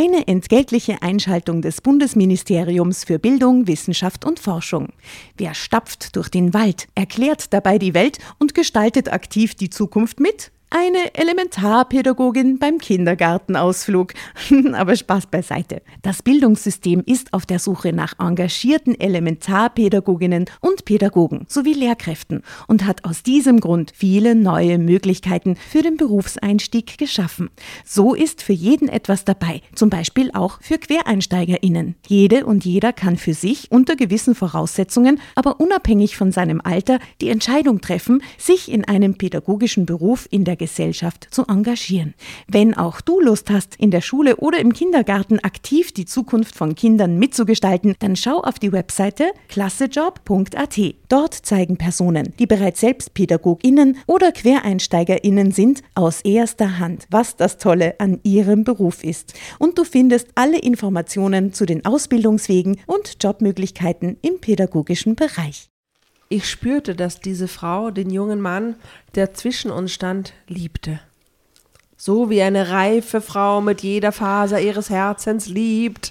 Eine entgeltliche Einschaltung des Bundesministeriums für Bildung, Wissenschaft und Forschung. Wer stapft durch den Wald, erklärt dabei die Welt und gestaltet aktiv die Zukunft mit? Eine Elementarpädagogin beim Kindergartenausflug. Aber Spaß beiseite. Das Bildungssystem ist auf der Suche nach engagierten Elementarpädagoginnen und Pädagogen sowie Lehrkräften und hat aus diesem Grund viele neue Möglichkeiten für den Berufseinstieg geschaffen. So ist für jeden etwas dabei, zum Beispiel auch für QuereinsteigerInnen. Jede und jeder kann für sich unter gewissen Voraussetzungen, aber unabhängig von seinem Alter, die Entscheidung treffen, sich in einem pädagogischen Beruf in der Gesellschaft zu engagieren. Wenn auch du Lust hast, in der Schule oder im Kindergarten aktiv die Zukunft von Kindern mitzugestalten, dann schau auf die Webseite klassejob.at. Dort zeigen Personen, die bereits selbst PädagogInnen oder QuereinsteigerInnen sind, aus erster Hand, was das Tolle an ihrem Beruf ist. Und du findest alle Informationen zu den Ausbildungswegen und Jobmöglichkeiten im pädagogischen Bereich. Ich spürte, dass diese Frau den jungen Mann, der zwischen uns stand, liebte. So wie eine reife Frau mit jeder Faser ihres Herzens liebt.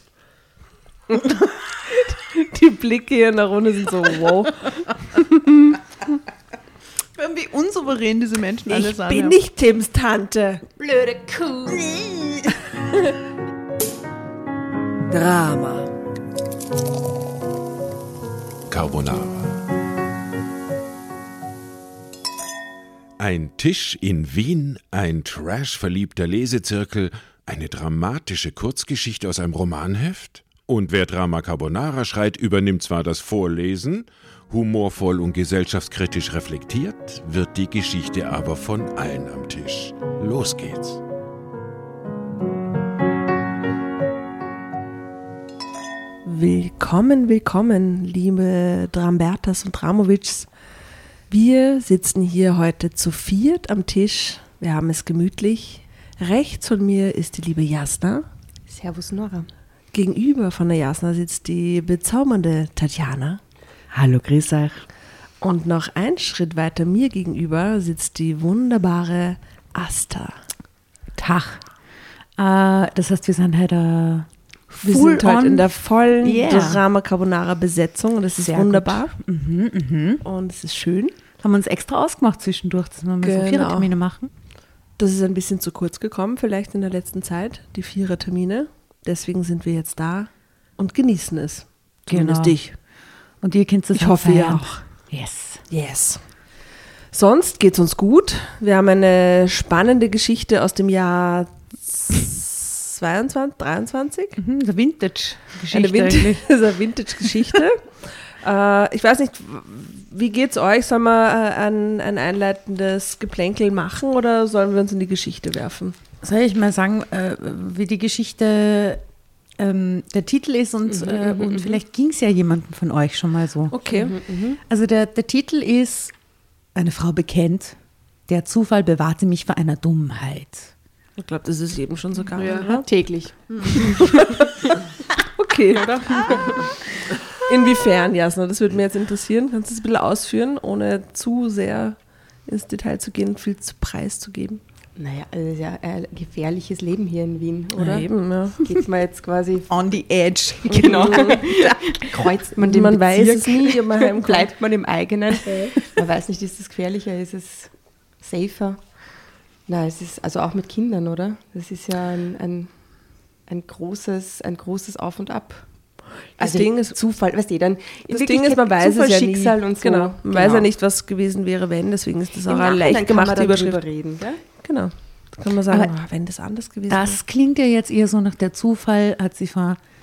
Die Blicke hier in der Runde sind so, wow. Wie unsouverän diese Menschen alle sind. Ich bin nicht Tims Tante. Blöde Kuh. Drama. Carbonara. Ein Tisch in Wien, ein trashverliebter Lesezirkel, eine dramatische Kurzgeschichte aus einem Romanheft? Und wer Drama Carbonara schreit, übernimmt zwar das Vorlesen, humorvoll und gesellschaftskritisch reflektiert, wird die Geschichte aber von allen am Tisch. Los geht's. Willkommen, willkommen, liebe Drambertas und Dramovics. Wir sitzen hier heute zu viert am Tisch. Wir haben es gemütlich. Rechts von mir ist die liebe Jasna. Servus Nora. Gegenüber von der Jasna sitzt die bezaubernde Tatjana. Hallo, grüß euch. Und noch einen Schritt weiter mir gegenüber sitzt die wunderbare Asta. Tag. Das heißt, wir sind heute Wir sind heute in der vollen Drama Carbonara Besetzung und das ist sehr wunderbar. Gut. Und es ist schön. Haben wir uns extra ausgemacht zwischendurch, dass wir mal so Vierertermine machen. Das ist ein bisschen zu kurz gekommen, vielleicht in der letzten Zeit, die Vierertermine. Deswegen sind wir jetzt da und genießen es. Zumindest dich. Und ihr kennt es Ich hoffe, ihr auch. Yes. Sonst geht's uns gut. Wir haben eine spannende Geschichte aus dem Jahr 22, 23. Eine Vintage-Geschichte. Eine Vintage-Geschichte. Ich weiß nicht, wie geht's euch? Sollen wir ein einleitendes Geplänkel machen oder sollen wir uns in die Geschichte werfen? Soll ich mal sagen, wie die Geschichte der Titel ist und vielleicht ging es ja jemandem von euch schon mal so. Okay. Also der Titel ist: Eine Frau bekennt, der Zufall bewahrte mich vor einer Dummheit. Ich glaube, das ist jedem schon so gegangen. Ja, täglich. Okay, oder? Inwiefern, Jasna? Das würde mich jetzt interessieren. Kannst du das ein bisschen ausführen, ohne zu sehr ins Detail zu gehen und viel zu preiszugeben? Naja, also ja ein gefährliches Leben hier in Wien, oder? Ja, eben, ja. Geht man jetzt quasi On the edge. genau. Da kreuzt man den Man weiß Bezirk. es nie, ob man heimkommt. Bleibt man im eigenen. Man weiß nicht, ist es gefährlicher, ist es safer? Nein, es ist also auch mit Kindern, oder? Das ist ja ein großes Auf und Ab. Das Also Ding ist, Zufall, weißt du, dann das Ding ist, man weiß es ja nie. Schicksal und so. Genau, man weiß ja nicht, was gewesen wäre, wenn, deswegen ist das auch eine Dann leicht kann gemachte man darüber Überschrift. reden, gell? Genau, da kann man sagen, Aber wenn das anders gewesen wäre. Das klingt ja jetzt eher so nach der Zufall, hat sie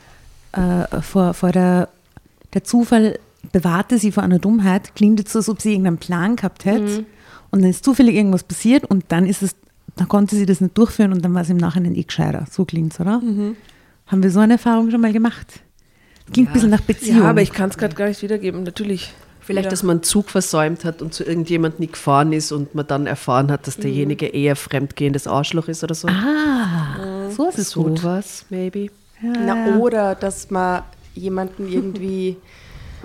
der Zufall bewahrte sie vor einer Dummheit, klingt jetzt so, als ob sie irgendeinen Plan gehabt hätte und dann ist zufällig irgendwas passiert und dann konnte sie das nicht durchführen und dann war es im Nachhinein gescheiter. So klingt es, oder? Haben wir so eine Erfahrung schon mal gemacht? Klingt ein bisschen nach Beziehung. Ja, aber ich kann es gerade gar nicht wiedergeben, natürlich. Vielleicht, dass man einen Zug versäumt hat und zu irgendjemandem nicht gefahren ist und man dann erfahren hat, dass derjenige eher fremdgehendes Arschloch ist oder so. So ist es gut. Sowas, maybe. Na, oder dass man jemanden irgendwie,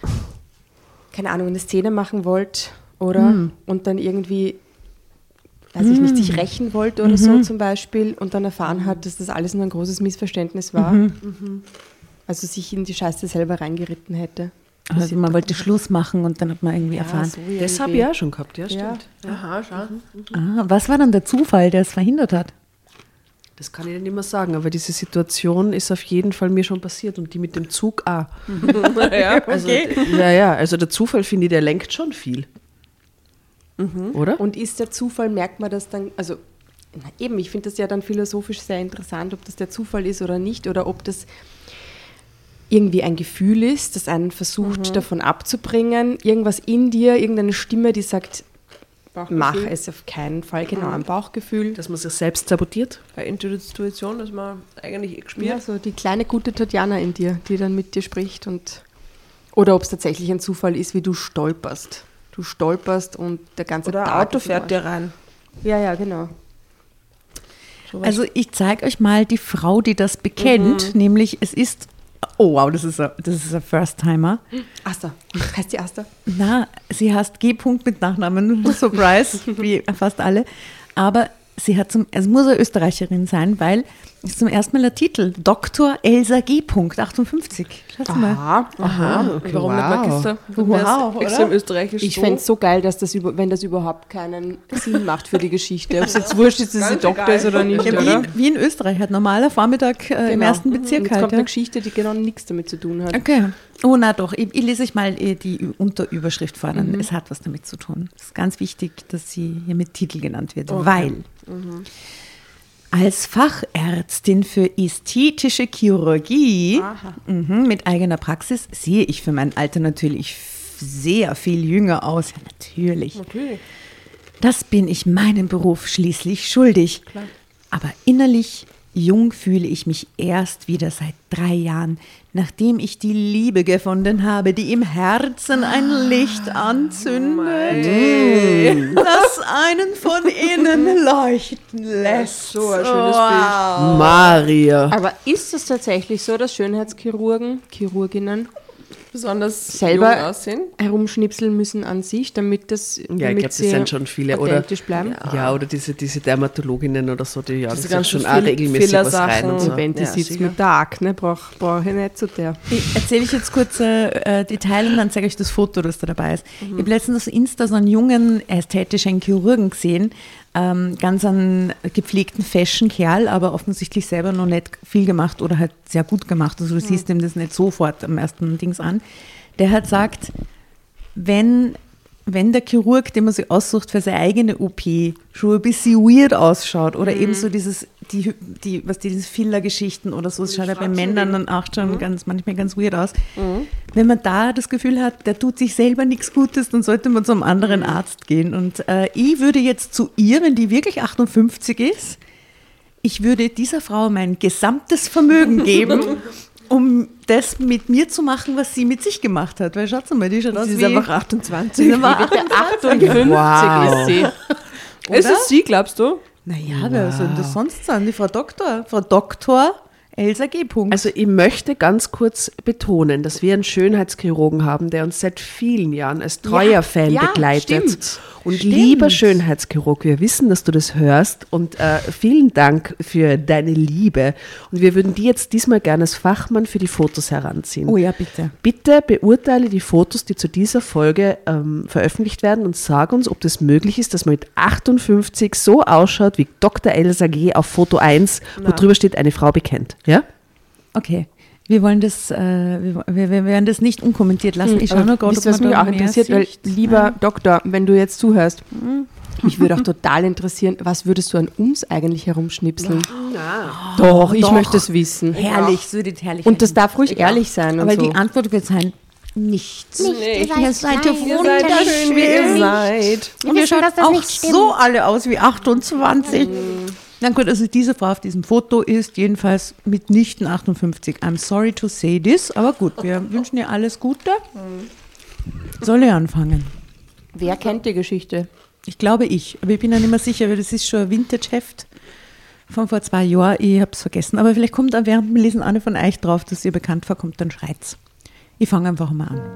keine Ahnung, eine Szene machen wollte, oder? Und dann irgendwie weiß ich nicht, sich rächen wollte oder so zum Beispiel und dann erfahren hat, dass das alles nur ein großes Missverständnis war. Also sich in die Scheiße selber reingeritten hätte. Also man wollte Schluss machen und dann hat man irgendwie erfahren. so Das habe ich auch schon gehabt, ja, stimmt. Aha, schau. Was war dann der Zufall, der es verhindert hat? Das kann ich nicht mehr sagen, aber diese Situation ist auf jeden Fall mir schon passiert und die mit dem Zug auch. Also der Zufall, finde ich, der lenkt schon viel. Oder? Und ist der Zufall, merkt man das dann, also eben, ich finde das ja dann philosophisch sehr interessant, ob das der Zufall ist oder nicht, oder ob das irgendwie ein Gefühl ist, das einen versucht davon abzubringen, irgendwas in dir, irgendeine Stimme, die sagt, mach es auf keinen Fall, genau, ein Bauchgefühl. Dass man sich selbst sabotiert. Eine Intuition, dass man eigentlich gespürt. Ja, so die kleine gute Tatjana in dir, die dann mit dir spricht oder ob es tatsächlich ein Zufall ist, wie du stolperst. Du stolperst und der ganze Oder ein Tag Auto ist im fährt Arsch. dir rein. Ja, genau. Also ich zeige euch mal die Frau, die das bekennt, nämlich es ist, oh wow, das ist ein First-Timer. Asta, heißt die Asta? Na, sie heißt G. mit Nachnamen, Surprise, wie fast alle. Aber sie hat es muss eine Österreicherin sein, weil es zum ersten Mal der Titel Dr. Elsa G. 58. Schaut mal. Aha. Warum nicht Magister? Wow, Extra im Österreichisch. Ich fände es so geil, dass wenn das überhaupt keinen Sinn macht für die Geschichte. Ob es jetzt wurscht ist, dass sie Doktor ist oder nicht, Ja, oder? wie in Österreich, hat normaler Vormittag im ersten Bezirk Jetzt halt. kommt Ja. eine Geschichte, die genau nichts damit zu tun hat. Okay. Oh, na doch, ich lese euch mal die Unterüberschrift vor, dann es hat was damit zu tun. Es ist ganz wichtig, dass sie hier mit Titel genannt wird, weil als Fachärztin für ästhetische Chirurgie mit eigener Praxis sehe ich für mein Alter natürlich sehr viel jünger aus. Ja, natürlich. Das bin ich meinem Beruf schließlich schuldig. Aber innerlich jung fühle ich mich erst wieder seit 3 Jahren, nachdem ich die Liebe gefunden habe, die im Herzen ein Licht anzündet, das einen von innen leuchten lässt. So ein schönes Bild. Maria. Aber ist es tatsächlich so, dass Chirurginnen Besonders selber jung aussehen. herumschnipseln müssen an sich, damit Ja, ich glaube, das sie sind schon viele. Oder, authentisch bleiben? ja, oder diese Dermatologinnen oder so, die jagen sich ganzen schon auch regelmäßig was rein. Und so. Wenn die Ja, sitzt sicher. mit der Akne, brauche ich nicht zu der. Erzähle ich jetzt kurz Detail und dann zeige ich das Foto, das da dabei ist. Ich habe letztens auf Insta so einen jungen ästhetischen Chirurgen gesehen, ganz einen gepflegten Fashion-Kerl, aber offensichtlich selber noch nicht viel gemacht oder halt sehr gut gemacht. Also du siehst ihm das nicht sofort am ersten Dings an. Der hat gesagt, wenn der Chirurg, den man sich aussucht für seine eigene OP, schon ein bisschen weird ausschaut oder eben so diese Filler-Geschichten oder so, das schaut ja bei Männern dann auch schon manchmal ganz weird aus. Wenn man da das Gefühl hat, der tut sich selber nichts Gutes, dann sollte man zu einem anderen Arzt gehen. Und ich würde jetzt zu ihr, wenn die wirklich 58 ist, ich würde dieser Frau mein gesamtes Vermögen geben, um das mit mir zu machen, was sie mit sich gemacht hat. Weil schaut mal, die schaut aus Sie ist wie... einfach 28. Sie ist einfach 58 Wow. ist sie. Ist es sie, glaubst du? Naja, wer soll das sonst sein? Die Frau Doktor Elsa G. Also ich möchte ganz kurz betonen, dass wir einen Schönheitschirurgen haben, der uns seit vielen Jahren als treuer Fan begleitet. Stimmt. Und lieber Schönheitschirurg, wir wissen, dass du das hörst und vielen Dank für deine Liebe. Und wir würden die jetzt diesmal gerne als Fachmann für die Fotos heranziehen. Oh ja, bitte. Bitte beurteile die Fotos, die zu dieser Folge veröffentlicht werden und sag uns, ob das möglich ist, dass man mit 58 so ausschaut wie Dr. Elsa G. auf Foto 1, wo drüber steht, eine Frau bekennt. Ja? Okay. Wir wollen das, wir werden das nicht unkommentiert lassen. Ich schaue nur gerade, Wisst ihr, was mich auch interessiert, weil, lieber Doktor, wenn du jetzt zuhörst, mich würde auch total interessieren, was würdest du an uns eigentlich herumschnipseln? Doch, ich möchte es wissen. herrlich, es wird herrlich. Und das darf ruhig ehrlich sein. aber und so. die Antwort wird sein, nichts. Ihr seid Schön, wie ihr seid. Und wir schauen dass das auch nicht stimmt. so alle aus wie 28. Na gut, also diese Frau auf diesem Foto ist jedenfalls mitnichten 58. I'm sorry to say this, aber gut, wir wünschen ihr alles Gute. Soll ich anfangen? Wer kennt die Geschichte? Ich glaube ich, aber ich bin ja nicht mehr sicher, weil das ist schon ein Vintage-Heft von vor 2 Jahren. Ich habe es vergessen, aber vielleicht kommt auch während dem Lesen eine von euch drauf, dass ihr bekannt vorkommt, dann schreit's. Ich fange einfach mal an.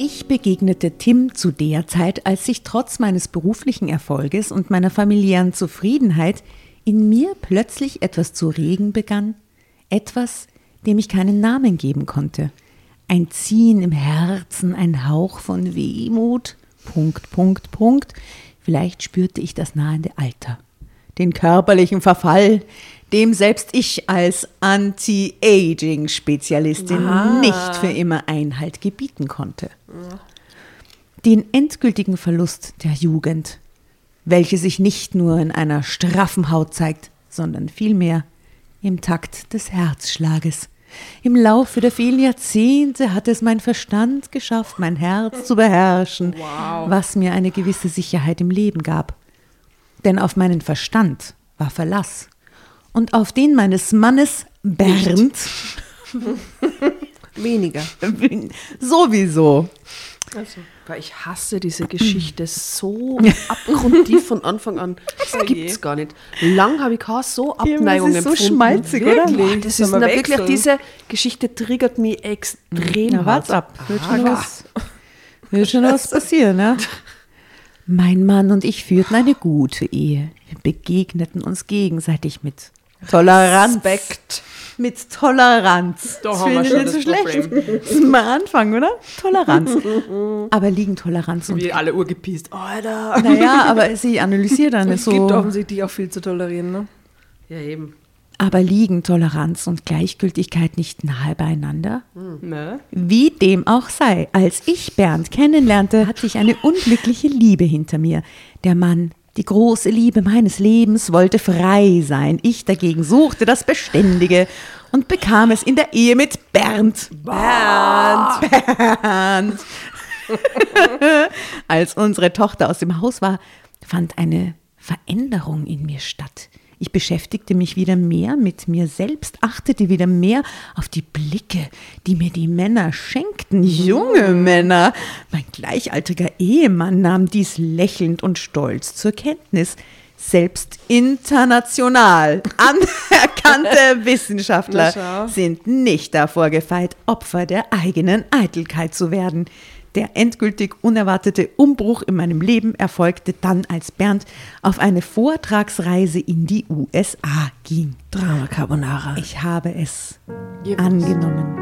Ich begegnete Tim zu der Zeit, als sich trotz meines beruflichen Erfolges und meiner familiären Zufriedenheit in mir plötzlich etwas zu regen begann. Etwas, dem ich keinen Namen geben konnte. Ein Ziehen im Herzen, ein Hauch von Wehmut. ... Vielleicht spürte ich das nahende Alter. Den körperlichen Verfall, dem selbst ich als Anti-Aging-Spezialistin nicht für immer Einhalt gebieten konnte. Den endgültigen Verlust der Jugend, welche sich nicht nur in einer straffen Haut zeigt, sondern vielmehr im Takt des Herzschlages. Im Laufe der vielen Jahrzehnte hat es mein Verstand geschafft, mein Herz zu beherrschen, was mir eine gewisse Sicherheit im Leben gab. Denn auf meinen Verstand war Verlass. Und auf den meines Mannes Bernd Weniger. sowieso. Also, weil ich hasse diese Geschichte so abgrundtief von Anfang an. Das gibt's gar nicht. Lang habe ich keine so Abneigung das ist so empfunden. schmalzig, oder? Wirklich? Boah, Das soll ist man wirklich, wechseln? diese Geschichte triggert mich extrem Na, hart. wart's ab. Wird schon was passieren, ne? Mein Mann und ich führten eine gute Ehe. Wir begegneten uns gegenseitig mit Toleranz. Mit Toleranz. Da Das haben wir finde ich schon nicht so das schlecht. Problem. Das ist mal Anfang, oder? Toleranz. Aber liegen Toleranz und... Wie alle urgepisst. Alter. Naja, aber sie analysiert dann Es so... gibt offensichtlich auch viel zu tolerieren, ne? Ja, eben. Aber liegen Toleranz und Gleichgültigkeit nicht nahe beieinander? Ne? Wie dem auch sei, als ich Bernd kennenlernte, hatte ich eine unglückliche Liebe hinter mir. Der Mann, die große Liebe meines Lebens, wollte frei sein. Ich dagegen suchte das Beständige und bekam es in der Ehe mit Bernd. Bernd. Als unsere Tochter aus dem Haus war, fand eine Veränderung in mir statt. Ich beschäftigte mich wieder mehr mit mir selbst, achtete wieder mehr auf die Blicke, die mir die Männer schenkten, junge Männer. Mein gleichaltriger Ehemann nahm dies lächelnd und stolz zur Kenntnis. Selbst international anerkannte Wissenschaftler sind nicht davor gefeit, Opfer der eigenen Eitelkeit zu werden. Der endgültig unerwartete Umbruch in meinem Leben erfolgte dann, als Bernd auf eine Vortragsreise in die USA ging. Drama Carbonara. Ich habe es angenommen.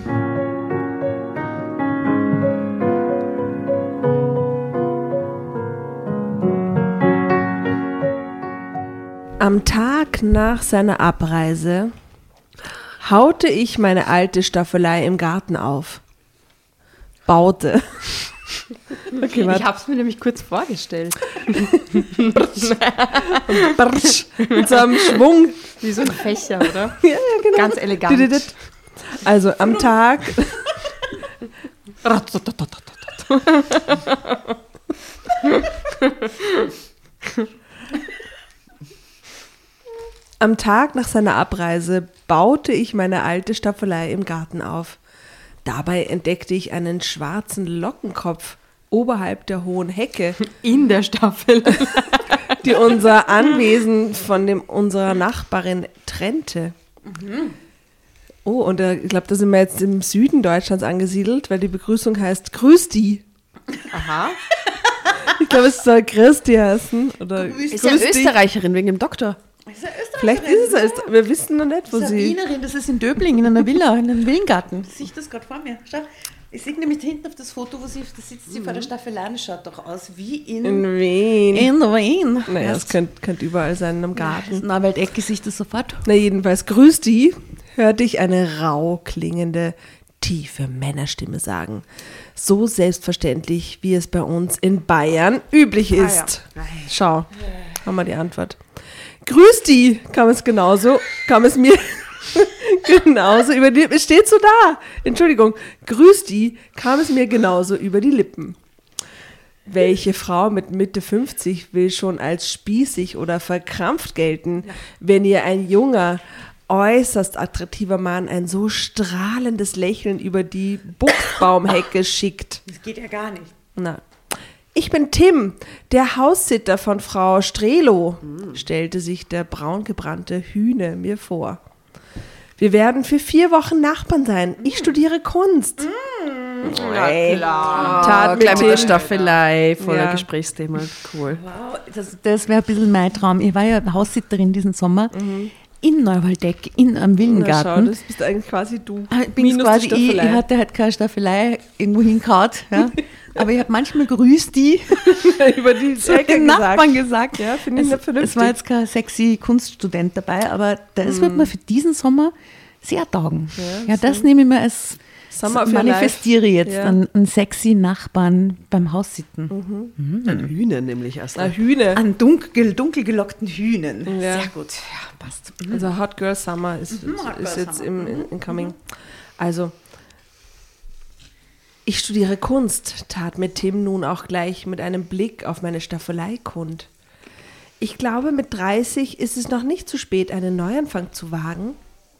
Am Tag nach seiner Abreise haute ich meine alte Staffelei im Garten auf. Baute. Okay, Ich habe es mir nämlich kurz vorgestellt. Brrsch, mit so einem Schwung. Wie so ein Fächer, oder? Ja, genau. Ganz elegant. Also am Tag. Am Tag nach seiner Abreise baute ich meine alte Staffelei im Garten auf. Dabei entdeckte ich einen schwarzen Lockenkopf oberhalb der hohen Hecke, In der Staffel. die unser Anwesen von dem unserer Nachbarin trennte. Oh, und ich glaube, da sind wir jetzt im Süden Deutschlands angesiedelt, weil die Begrüßung heißt Grüß die. Aha. Ich glaube, es soll Christi heißen. Oder Ist ja Grüß dich. Österreicherin wegen dem Doktor. Vielleicht ist es. Wir wissen noch nicht, wo sie. Wienerin, das ist in Döbling, in einer Villa, in einem Villengarten. Sehe ich das gerade vor mir? Schau. Ich sehe nämlich hinten auf das Foto, wo sie, da sitzt sie vor der Staffelei, schaut doch aus wie in Wien. Wien. Naja, es könnte überall sein in einem Garten. Nahwald-Ecke sich das sofort. Na jedenfalls, grüß die, hörte ich eine rau klingende, tiefe Männerstimme sagen. So selbstverständlich, wie es bei uns in Bayern üblich ist. Schau, haben wir die Antwort. Grüß die, kam es mir genauso über die, es steht so da, Entschuldigung, grüß die, kam es mir genauso über die Lippen. Welche Frau mit Mitte 50 will schon als spießig oder verkrampft gelten, wenn ihr ein junger, äußerst attraktiver Mann ein so strahlendes Lächeln über die Buchsbaumhecke schickt? Das geht ja gar nicht. Na. Ich bin Tim, der Haussitter von Frau Strelo, stellte sich der braungebrannte Hühne mir vor. Wir werden für 4 Wochen Nachbarn sein. Ich studiere Kunst. Tat mit der Staffelei, voller Gesprächsthema. Cool. Wow, das wäre ein bisschen mein Traum. Ich war ja Haussitterin diesen Sommer in Neuwaldeck, in einem Villengarten. das bist eigentlich quasi du. Ich bin quasi ich hatte halt keine Staffelei irgendwo hingehauen, ja. Aber ich habe manchmal grüßt die über die zu den Nachbarn gesagt. Ja, finde ich nicht vernünftig. Es war jetzt kein sexy Kunststudent dabei, aber das wird mir für diesen Sommer sehr taugen. Ja, das nehme ich mir als manifestiere jetzt einen sexy Nachbarn beim Haussitten. Ein Hühner nämlich erst. Ein Hühner. An dunkel gelockten Hühnen. Ja. Sehr gut, ja, passt. Also Hot Girl Summer ist jetzt im Coming. Also, ich studiere Kunst, tat mir Tim nun auch gleich mit einem Blick auf meine Staffelei kund. Ich glaube, mit 30 ist es noch nicht zu spät, einen Neuanfang zu wagen.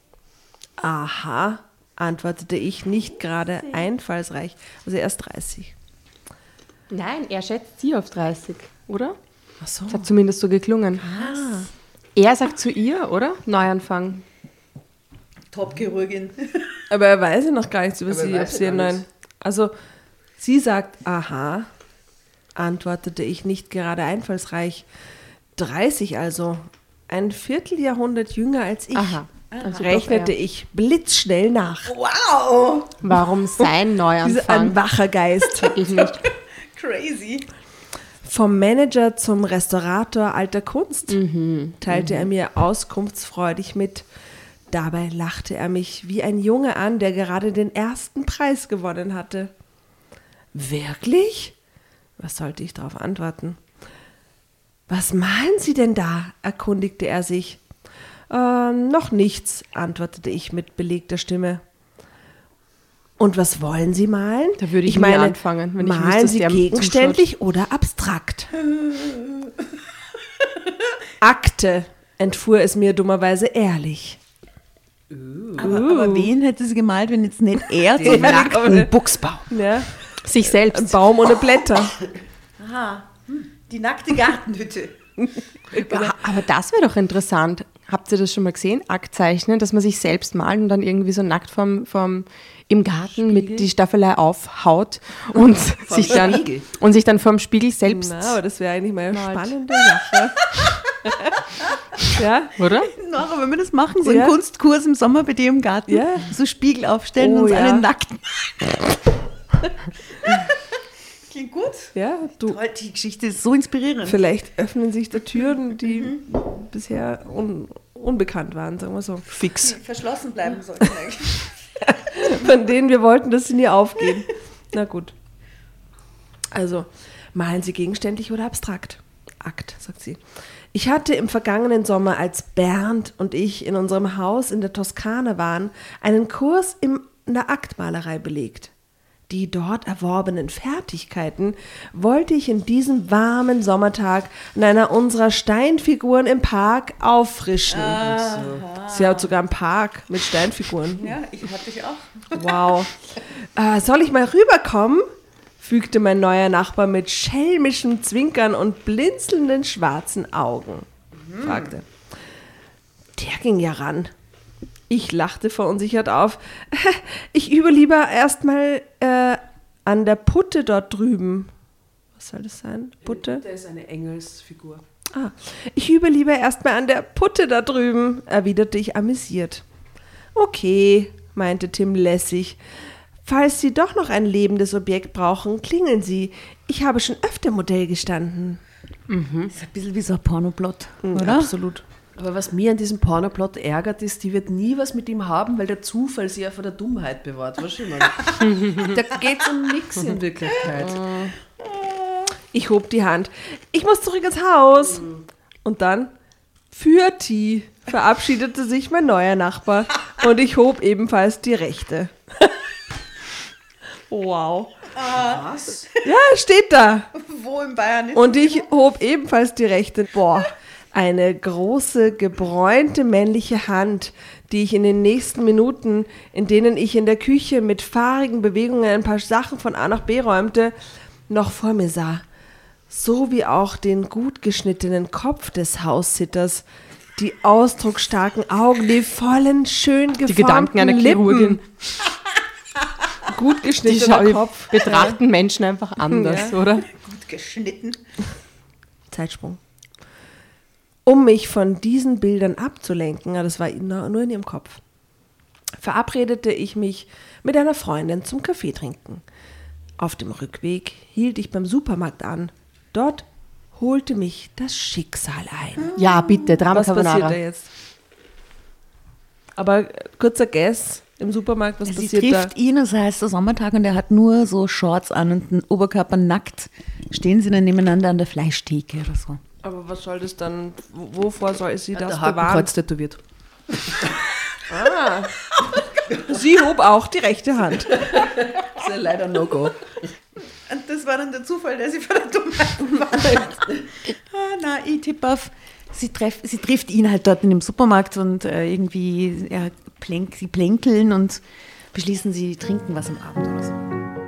Aha, antwortete ich, nicht gerade einfallsreich. Also erst 30. Nein, er schätzt sie auf 30, oder? Ach so. Das hat zumindest so geklungen. Er sagt zu ihr, oder? Neuanfang. Top-Chirurgin. Aber er weiß ja noch gar nichts über sie, ob sie einen neuen... Also, sie sagt, aha, antwortete ich, nicht gerade einfallsreich. 30 also, ein Vierteljahrhundert jünger als ich. Aha. Also rechnete ich blitzschnell nach. Wow! Warum sein Neuanfang? Ein wacher Geist. Ich nicht. Crazy. Vom Manager zum Restaurator alter Kunst, teilte er mir auskunftsfreudig mit. Dabei lachte er mich wie ein Junge an, der gerade den ersten Preis gewonnen hatte. Wirklich? Was sollte ich darauf antworten? Was malen Sie denn da? Erkundigte er sich. Noch nichts, antwortete ich mit belegter Stimme. Und was wollen Sie malen? Da würde ich mal anfangen, wenn ich wüsste, malen dass Sie der gegenständlich oder abstrakt? Akte, entfuhr es mir dummerweise ehrlich. Aber wen hätte sie gemalt, wenn jetzt nicht er Den nackten Buchsbaum. Ja, Sich ein selbst. Baum ohne Blätter. Die nackte Gartenhütte. Aber das wäre doch interessant. Habt ihr das schon mal gesehen? Akt zeichnen, dass man sich selbst malt und dann irgendwie so nackt im Garten mit die Staffelei aufhaut und sich dann vorm Spiegel selbst. Na, aber das wäre eigentlich mal eine spannende Sache. Ja, Oder? Noch, wenn wir das machen, so Ja. einen Kunstkurs im Sommer bei dir im Garten, Ja. so Spiegel aufstellen Oh, und uns ja. alle nackt. Klingt gut. ja, du. Toll, die Geschichte ist so inspirierend. Vielleicht öffnen sich da Türen, die bisher unbekannt waren, sagen wir so. Fix. Verschlossen bleiben sollten eigentlich. Von denen wir wollten, dass sie nie aufgehen. Na gut. Also, malen Sie gegenständlich oder abstrakt? Akt, sagt sie. Ich hatte im vergangenen Sommer, als Bernd und ich in unserem Haus in der Toskana waren, einen Kurs in der Aktmalerei belegt. Die dort erworbenen Fertigkeiten wollte ich in diesem warmen Sommertag an einer unserer Steinfiguren im Park auffrischen. Sie hat sogar einen Park mit Steinfiguren. Ja, ich hatte ich auch. Wow. Soll ich mal rüberkommen? Fügte mein neuer Nachbar mit schelmischem Zwinkern und blinzelnden schwarzen Augen. Fragte. Der ging ja ran. Ich lachte verunsichert auf. Ich übe lieber erstmal an der Putte dort drüben. Was soll das sein? Putte? Der ist eine Engelsfigur. Ich übe lieber erstmal an der Putte da drüben, erwiderte ich amüsiert. Okay, meinte Tim lässig. Falls Sie doch noch ein lebendes Objekt brauchen, klingeln Sie. Ich habe schon öfter Modell gestanden. Das ist ein bisschen wie so ein Pornoplot, oder? Absolut. Aber was mir an diesem Pornoplot ärgert, ist, die wird nie was mit ihm haben, weil der Zufall sie ja vor der Dummheit bewahrt. Weißt du, ich meine? Da geht es um nichts in Wirklichkeit. Ich hob die Hand. Ich muss zurück ins Haus. Und dann, für die, verabschiedete sich mein neuer Nachbar und ich hob ebenfalls die rechte. Wow. Was? Ja, steht da. Wo in Bayern ist Und ich hob ebenfalls die rechte. Boah, eine große, gebräunte männliche Hand, die ich in den nächsten Minuten, in denen ich in der Küche mit fahrigen Bewegungen ein paar Sachen von A nach B räumte, noch vor mir sah. So wie auch den gut geschnittenen Kopf des Haussitters, die ausdrucksstarken Augen, die vollen, schön geformten Die Gedanken einer Lippen. Chirurgin. gut Die geschnittener Kopf. betrachten Menschen einfach anders, oder? Gut geschnitten. Zeitsprung. Um mich von diesen Bildern abzulenken, das war nur in ihrem Kopf, verabredete ich mich mit einer Freundin zum Kaffee trinken. Auf dem Rückweg hielt ich beim Supermarkt an. Dort holte mich das Schicksal ein. Ja, bitte, Drama Was passiert da Carbonara. jetzt? Aber kurzer Guess im Supermarkt, was Sie passiert da? trifft ihn, es heißt der Sommertag und er hat nur so Shorts an und den Oberkörper nackt. Stehen sie dann nebeneinander an der Fleischtheke oder so. Aber was soll das dann, wovor soll sie das Der bewahren? Hakenkreuz tätowiert. Sie hob auch die rechte Hand. Das ist ja leider No-Go. Und das war dann der Zufall, der sie vor der Dummheit bewahrt. Ich tippe auf, sie trifft ihn halt dort in dem Supermarkt und irgendwie sie plänkeln und beschließen, sie trinken was am Abend oder so.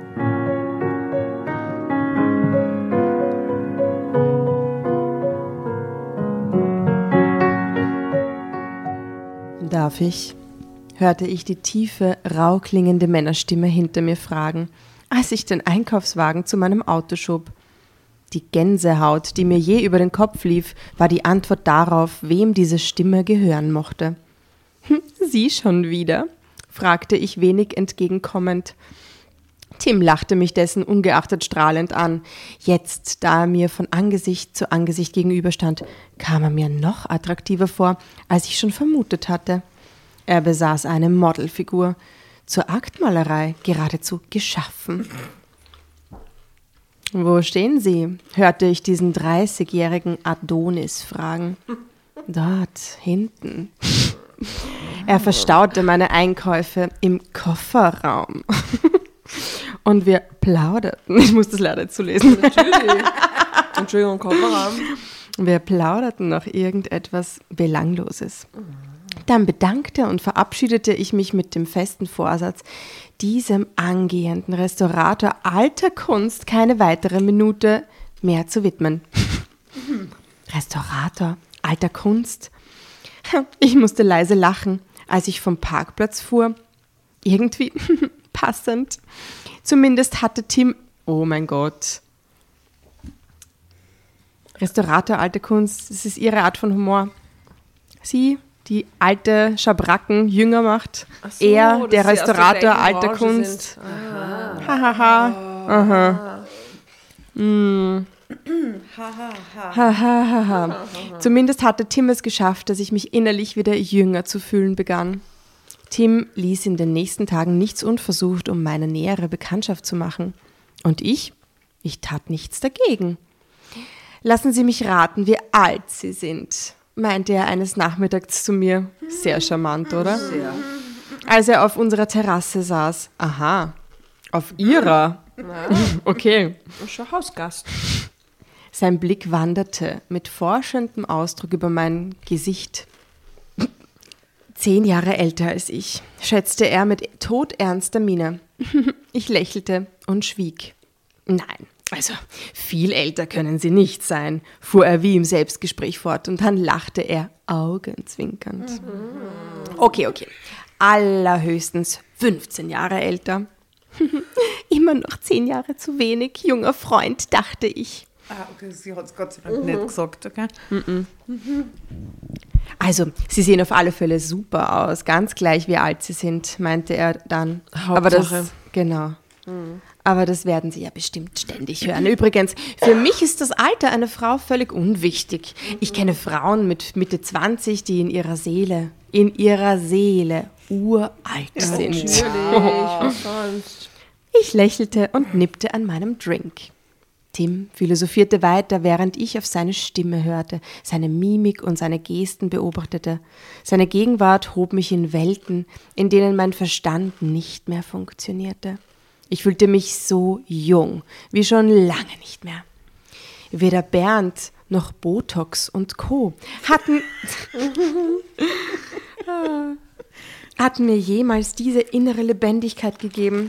Darf ich? Hörte ich die tiefe, rau klingende Männerstimme hinter mir fragen, als ich den Einkaufswagen zu meinem Auto schob. Die Gänsehaut, die mir je über den Kopf lief, war die Antwort darauf, wem diese Stimme gehören mochte. »Sie schon wieder?« fragte ich wenig entgegenkommend. Tim lachte mich dessen ungeachtet strahlend an. Jetzt, da er mir von Angesicht zu Angesicht gegenüberstand, kam er mir noch attraktiver vor, als ich schon vermutet hatte. Er besaß eine Modelfigur, zur Aktmalerei geradezu geschaffen. »Wo stehen Sie?« hörte ich diesen 30-jährigen Adonis fragen. »Dort, hinten.« Er verstaute meine Einkäufe im Kofferraum. Und wir plauderten. Ich muss das leider zulesen. Natürlich. Entschuldigung, Kofferraum. Wir plauderten noch irgendetwas Belangloses. Dann bedankte und verabschiedete ich mich mit dem festen Vorsatz, diesem angehenden Restaurator alter Kunst keine weitere Minute mehr zu widmen. Restaurator alter Kunst? Ich musste leise lachen, als ich vom Parkplatz fuhr. Irgendwie passend. Zumindest hatte Tim... Oh mein Gott. Restaurator alte Kunst, das ist ihre Art von Humor. Sie, die alte Schabracken jünger macht. So, Er, der dass sie aus der Restaurator gleichen alter Branche Kunst. sind. Hahaha. Aha. Hahaha. Zumindest hatte Tim es geschafft, dass ich mich innerlich wieder jünger zu fühlen begann. Tim ließ in den nächsten Tagen nichts unversucht, um meine nähere Bekanntschaft zu machen. Und ich tat nichts dagegen. »Lassen Sie mich raten, wie alt Sie sind«, meinte er eines Nachmittags zu mir. Sehr charmant, oder? Sehr. Als er auf unserer Terrasse saß. Aha, auf ihrer? Okay. Schon Hausgast. Sein Blick wanderte mit forschendem Ausdruck über mein Gesicht. 10 Jahre älter als ich, schätzte er mit todernster Miene. Ich lächelte und schwieg. Nein, also viel älter können Sie nicht sein, fuhr er wie im Selbstgespräch fort und dann lachte er augenzwinkernd. Okay. Allerhöchstens 15 Jahre älter. Immer noch 10 Jahre zu wenig, junger Freund, dachte ich. Okay, sie hat es Gott sei Dank nicht gesagt, okay? Also, Sie sehen auf alle Fälle super aus, ganz gleich wie alt Sie sind, meinte er dann. Aber das werden Sie ja bestimmt ständig hören. Übrigens, für mich ist das Alter einer Frau völlig unwichtig. Ich kenne Frauen mit Mitte 20, die in ihrer Seele uralt sind. Natürlich, was sonst? Ich lächelte und nippte an meinem Drink. Tim philosophierte weiter, während ich auf seine Stimme hörte, seine Mimik und seine Gesten beobachtete. Seine Gegenwart hob mich in Welten, in denen mein Verstand nicht mehr funktionierte. Ich fühlte mich so jung, wie schon lange nicht mehr. Weder Bernd noch Botox und Co. hatten mir jemals diese innere Lebendigkeit gegeben.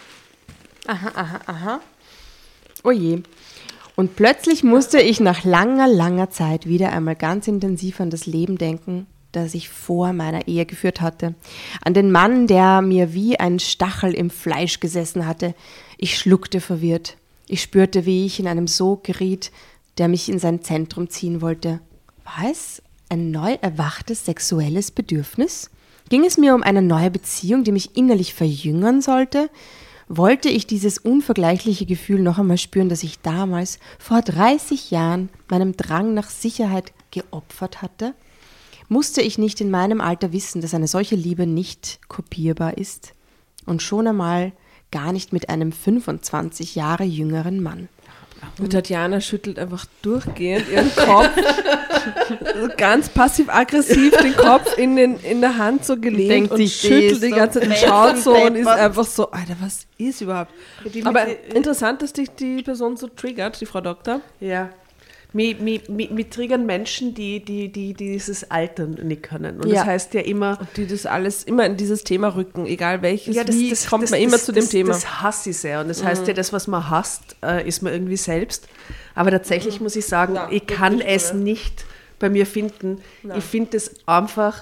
Aha. Oh je. Und plötzlich musste ich nach langer Zeit wieder einmal ganz intensiv an das Leben denken, das ich vor meiner Ehe geführt hatte. An den Mann, der mir wie ein Stachel im Fleisch gesessen hatte. Ich schluckte verwirrt. Ich spürte, wie ich in einem Sog geriet, der mich in sein Zentrum ziehen wollte. War es ein neu erwachtes sexuelles Bedürfnis? Ging es mir um eine neue Beziehung, die mich innerlich verjüngern sollte? Wollte ich dieses unvergleichliche Gefühl noch einmal spüren, das ich damals, vor 30 Jahren, meinem Drang nach Sicherheit geopfert hatte? Musste ich nicht in meinem Alter wissen, dass eine solche Liebe nicht kopierbar ist? Und schon einmal gar nicht mit einem 25 Jahre jüngeren Mann. Und Tatjana schüttelt einfach durchgehend ihren Kopf, ganz passiv-aggressiv den Kopf in der Hand so gelehnt und schüttelt die ganze Zeit und schaut so und ist einfach so, Alter, was ist überhaupt? Aber interessant, dass dich die Person so triggert, die Frau Doktor. Ja. Mich triggern Menschen, die dieses Altern nicht können. Und das heißt ja immer... Und die das alles immer in dieses Thema rücken, egal welches, das kommt man immer zu dem Thema. Das hasse ich sehr. Und das heißt ja, das, was man hasst, ist man irgendwie selbst. Aber tatsächlich muss ich sagen, ich kann es nicht bei mir finden. Ich finde es einfach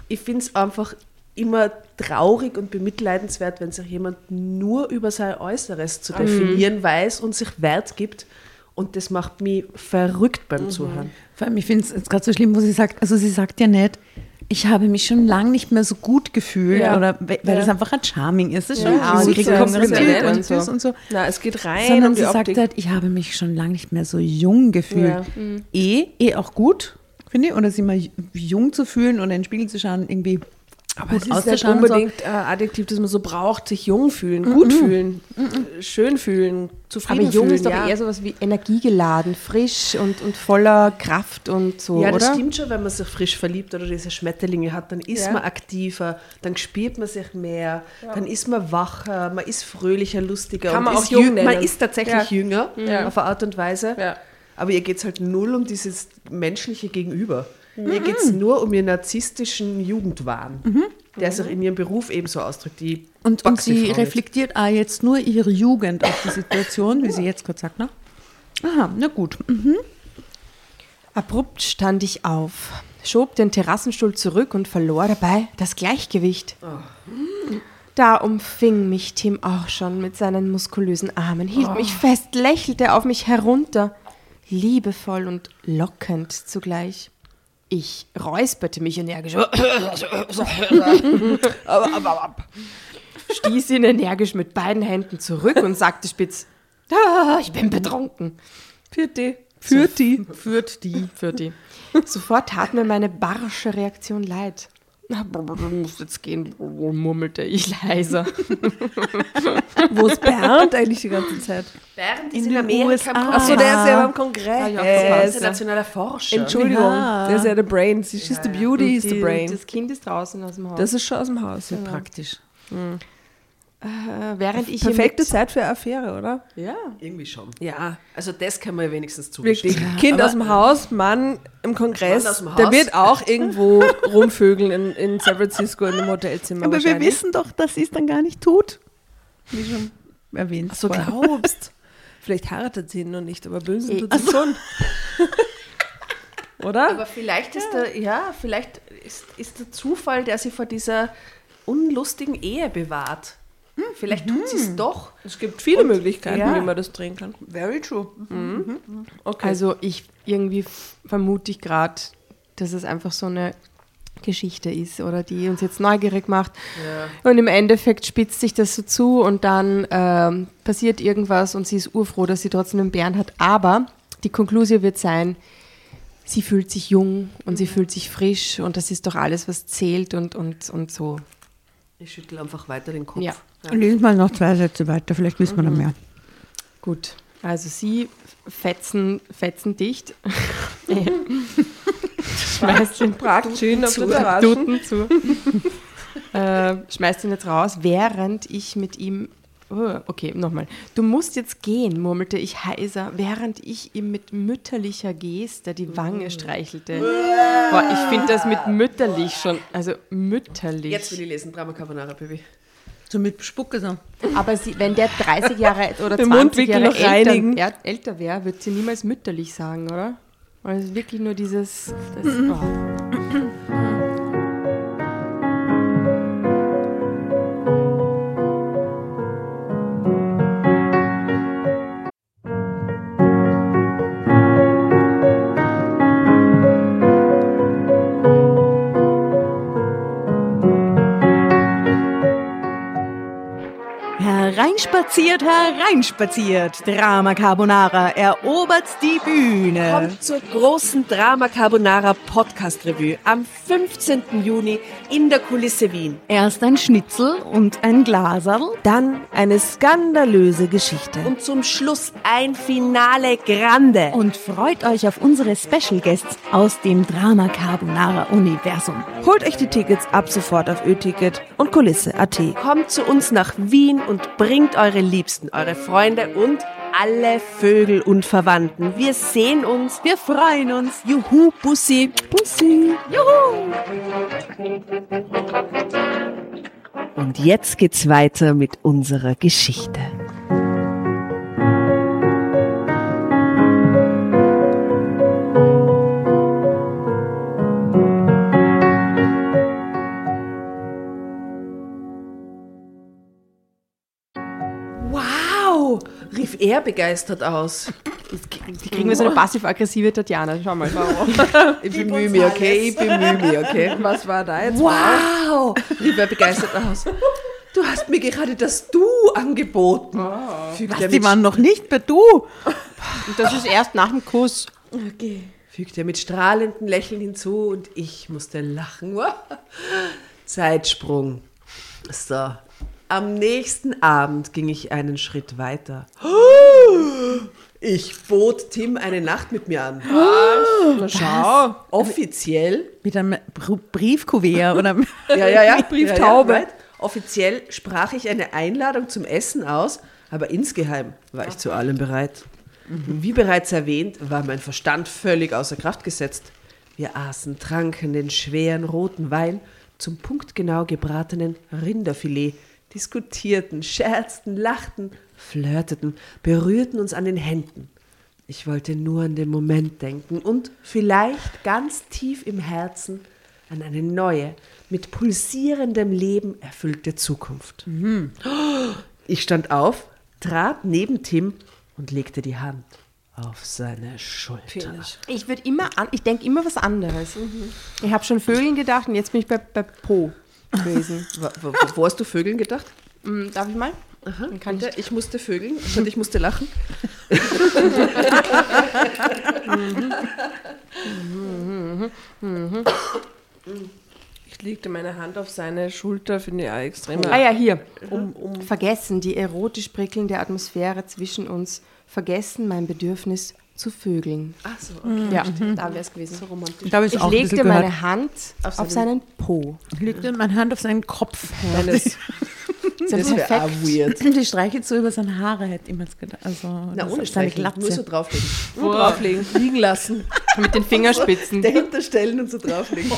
immer traurig und bemitleidenswert, wenn sich jemand nur über sein Äußeres zu definieren weiß und sich Wert gibt. Und das macht mich verrückt beim Zuhören. Vor allem, ich finde es jetzt gerade so schlimm, wo sie sagt, also sie sagt ja nicht, ich habe mich schon lange nicht mehr so gut gefühlt, oder weil das einfach ein Charming ist. Das ist schon und kriegt Komplimente und süß und so. Na, es geht rein Sondern um die sie sagt Optik. halt, ich habe mich schon lange nicht mehr so jung gefühlt. Ja. Auch gut, finde ich, oder sich mal jung zu fühlen oder in den Spiegel zu schauen, irgendwie aber es ist nicht unbedingt Adjektiv, das man so braucht, sich jung fühlen, gut fühlen, schön fühlen, zufrieden aber jung fühlen. ist doch eher sowas wie energiegeladen, frisch und voller Kraft und so, Ja, das oder? stimmt schon, wenn man sich frisch verliebt oder diese Schmetterlinge hat, dann ist man aktiver, dann spürt man sich mehr, dann ist man wacher, man ist fröhlicher, lustiger. Kann man und auch jung nennen. Man ist tatsächlich jünger Ja. auf eine Art und Weise, aber ihr geht es halt null um dieses menschliche Gegenüber. Mir geht es nur um ihren narzisstischen Jugendwahn, der sich in ihrem Beruf ebenso ausdrückt. Und sie reflektiert auch jetzt nur ihre Jugend auf die Situation, wie sie jetzt kurz sagt, ne? Aha, na gut. Abrupt stand ich auf, schob den Terrassenstuhl zurück und verlor dabei das Gleichgewicht. Da umfing mich Tim auch schon mit seinen muskulösen Armen, hielt mich fest, lächelte auf mich herunter, liebevoll und lockend zugleich. Ich räusperte mich energisch, stieß ihn energisch mit beiden Händen zurück und sagte spitz, ich bin betrunken. Führt die. Sofort tat mir meine barsche Reaktion leid. Du musst jetzt gehen, murmelte ich leiser. Wo ist Bernd eigentlich die ganze Zeit? Bernd ist in Amerika USA. Achso, der ist ja beim Kongress. Er ist internationaler Forscher. Entschuldigung, der ist ja der Brain. She's the beauty, he's the brain. Das Kind ist draußen aus dem Haus. Das ist schon aus dem Haus. Ja. Praktisch. Während ich Perfekte Zeit für eine Affäre, oder? Ja. Irgendwie schon. Ja. Also das kann man ja wenigstens zugestehen. Wirklich. Kind aus dem Haus, Mann im Kongress. Mann aus dem Der Haus. wird auch irgendwo rumvögeln in San Francisco in einem Hotelzimmer. Aber wir wahrscheinlich. wissen doch, dass sie es dann gar nicht tut. Wie schon erwähnt. Ach so, vorher. glaubst. Vielleicht heiratet sie ihn noch nicht, aber böse tut sie schon. Oder? Aber vielleicht ist vielleicht ist der Zufall, der sie vor dieser unlustigen Ehe bewahrt. Vielleicht tut sie es doch. Es gibt viele Möglichkeiten, ja. wie man das drehen kann. Very true. Okay. Also irgendwie vermute ich gerade, dass es einfach so eine Geschichte ist oder die uns jetzt neugierig macht. Ja. Und im Endeffekt spitzt sich das so zu und dann passiert irgendwas und sie ist urfroh, dass sie trotzdem einen Bären hat. Aber die Konklusion wird sein, sie fühlt sich jung und sie fühlt sich frisch und das ist doch alles, was zählt und so. Ich schüttel einfach weiter den Kopf. Ja. Lesen mal noch 2 Sätze weiter, vielleicht wissen wir noch mehr. Gut, also sie fetzen dicht. Schmeißt den schön auf den Terrassen. Duten zu. Schmeißt ihn jetzt raus, während ich mit ihm... okay, nochmal. Du musst jetzt gehen, murmelte ich heiser, während ich ihm mit mütterlicher Geste die Wange streichelte. Boah, ich finde das mit mütterlich schon, also mütterlich. Jetzt will ich lesen, Drama Carbonara, Baby. So mit Spucke so. Aber wenn der 30 Jahre oder Den 20 Mundwinkel Jahre noch reinigen. älter wäre, wird sie niemals mütterlich sagen, oder? Weil es ist wirklich nur dieses... Spaziert hereinspaziert. Drama Carbonara erobert die Bühne. Kommt zur großen Drama Carbonara Podcast Revue am 15. Juni in der Kulisse Wien. Erst ein Schnitzel und ein Glaserl. Dann eine skandalöse Geschichte. Und zum Schluss ein Finale Grande. Und freut euch auf unsere Special Guests aus dem Drama Carbonara Universum. Holt euch die Tickets ab sofort auf Ö-Ticket und Kulisse.at. Kommt zu uns nach Wien und bringt eure Liebsten, eure Freunde und alle Vögel und Verwandten. Wir sehen uns. Wir freuen uns. Juhu, Bussi. Bussi. Juhu! Und jetzt geht's weiter mit unserer Geschichte. Wow, rief er begeistert aus. Die kriegen wir so eine passiv-aggressive Tatjana. Schau mal. Ich bemühe mich, okay? Was war da jetzt? Wow, rief er begeistert aus. Du hast mir gerade das Du angeboten. Die waren noch nicht bei Du. Und das ist erst nach dem Kuss. Okay. Fügt er mit strahlendem Lächeln hinzu und ich musste lachen. Zeitsprung. So. Am nächsten Abend ging ich einen Schritt weiter. Ich bot Tim eine Nacht mit mir an. Na schau. Offiziell. Mit einem Briefkuvert oder Ja. Brieftaube. Ja. Offiziell sprach ich eine Einladung zum Essen aus, aber insgeheim war ich zu allem bereit. Wie bereits erwähnt, war mein Verstand völlig außer Kraft gesetzt. Wir aßen, tranken den schweren roten Wein zum punktgenau gebratenen Rinderfilet, diskutierten, scherzten, lachten, flirteten, berührten uns an den Händen. Ich wollte nur an den Moment denken und vielleicht ganz tief im Herzen an eine neue, mit pulsierendem Leben erfüllte Zukunft. Ich stand auf, trat neben Tim und legte die Hand auf seine Schulter. Ich denke immer was anderes. Ich habe schon Vögeln gedacht und jetzt bin ich bei Po gewesen. Wo hast du Vögeln gedacht? Darf ich mal? Aha, ich musste vögeln und ich musste lachen. Ich legte meine Hand auf seine Schulter, finde ich auch extrem. Ah ja, hier. Vergessen die erotisch prickelnde Atmosphäre zwischen uns. Vergessen mein Bedürfnis zu vögeln. Ach so, okay. Ja, da wäre es gewesen. So romantisch. Ich legte meine Hand auf seinen Po. Ich legte meine Hand auf seinen Kopf. Das wäre auch weird. Die streichelt so über seine Haare, hätte ich mir jetzt gedacht. Also, Na, ohne seine Streicheln, Glatze. nur so drauflegen. Nur drauflegen, liegen lassen. Mit den Fingerspitzen. Dahinter stellen und so drauflegen.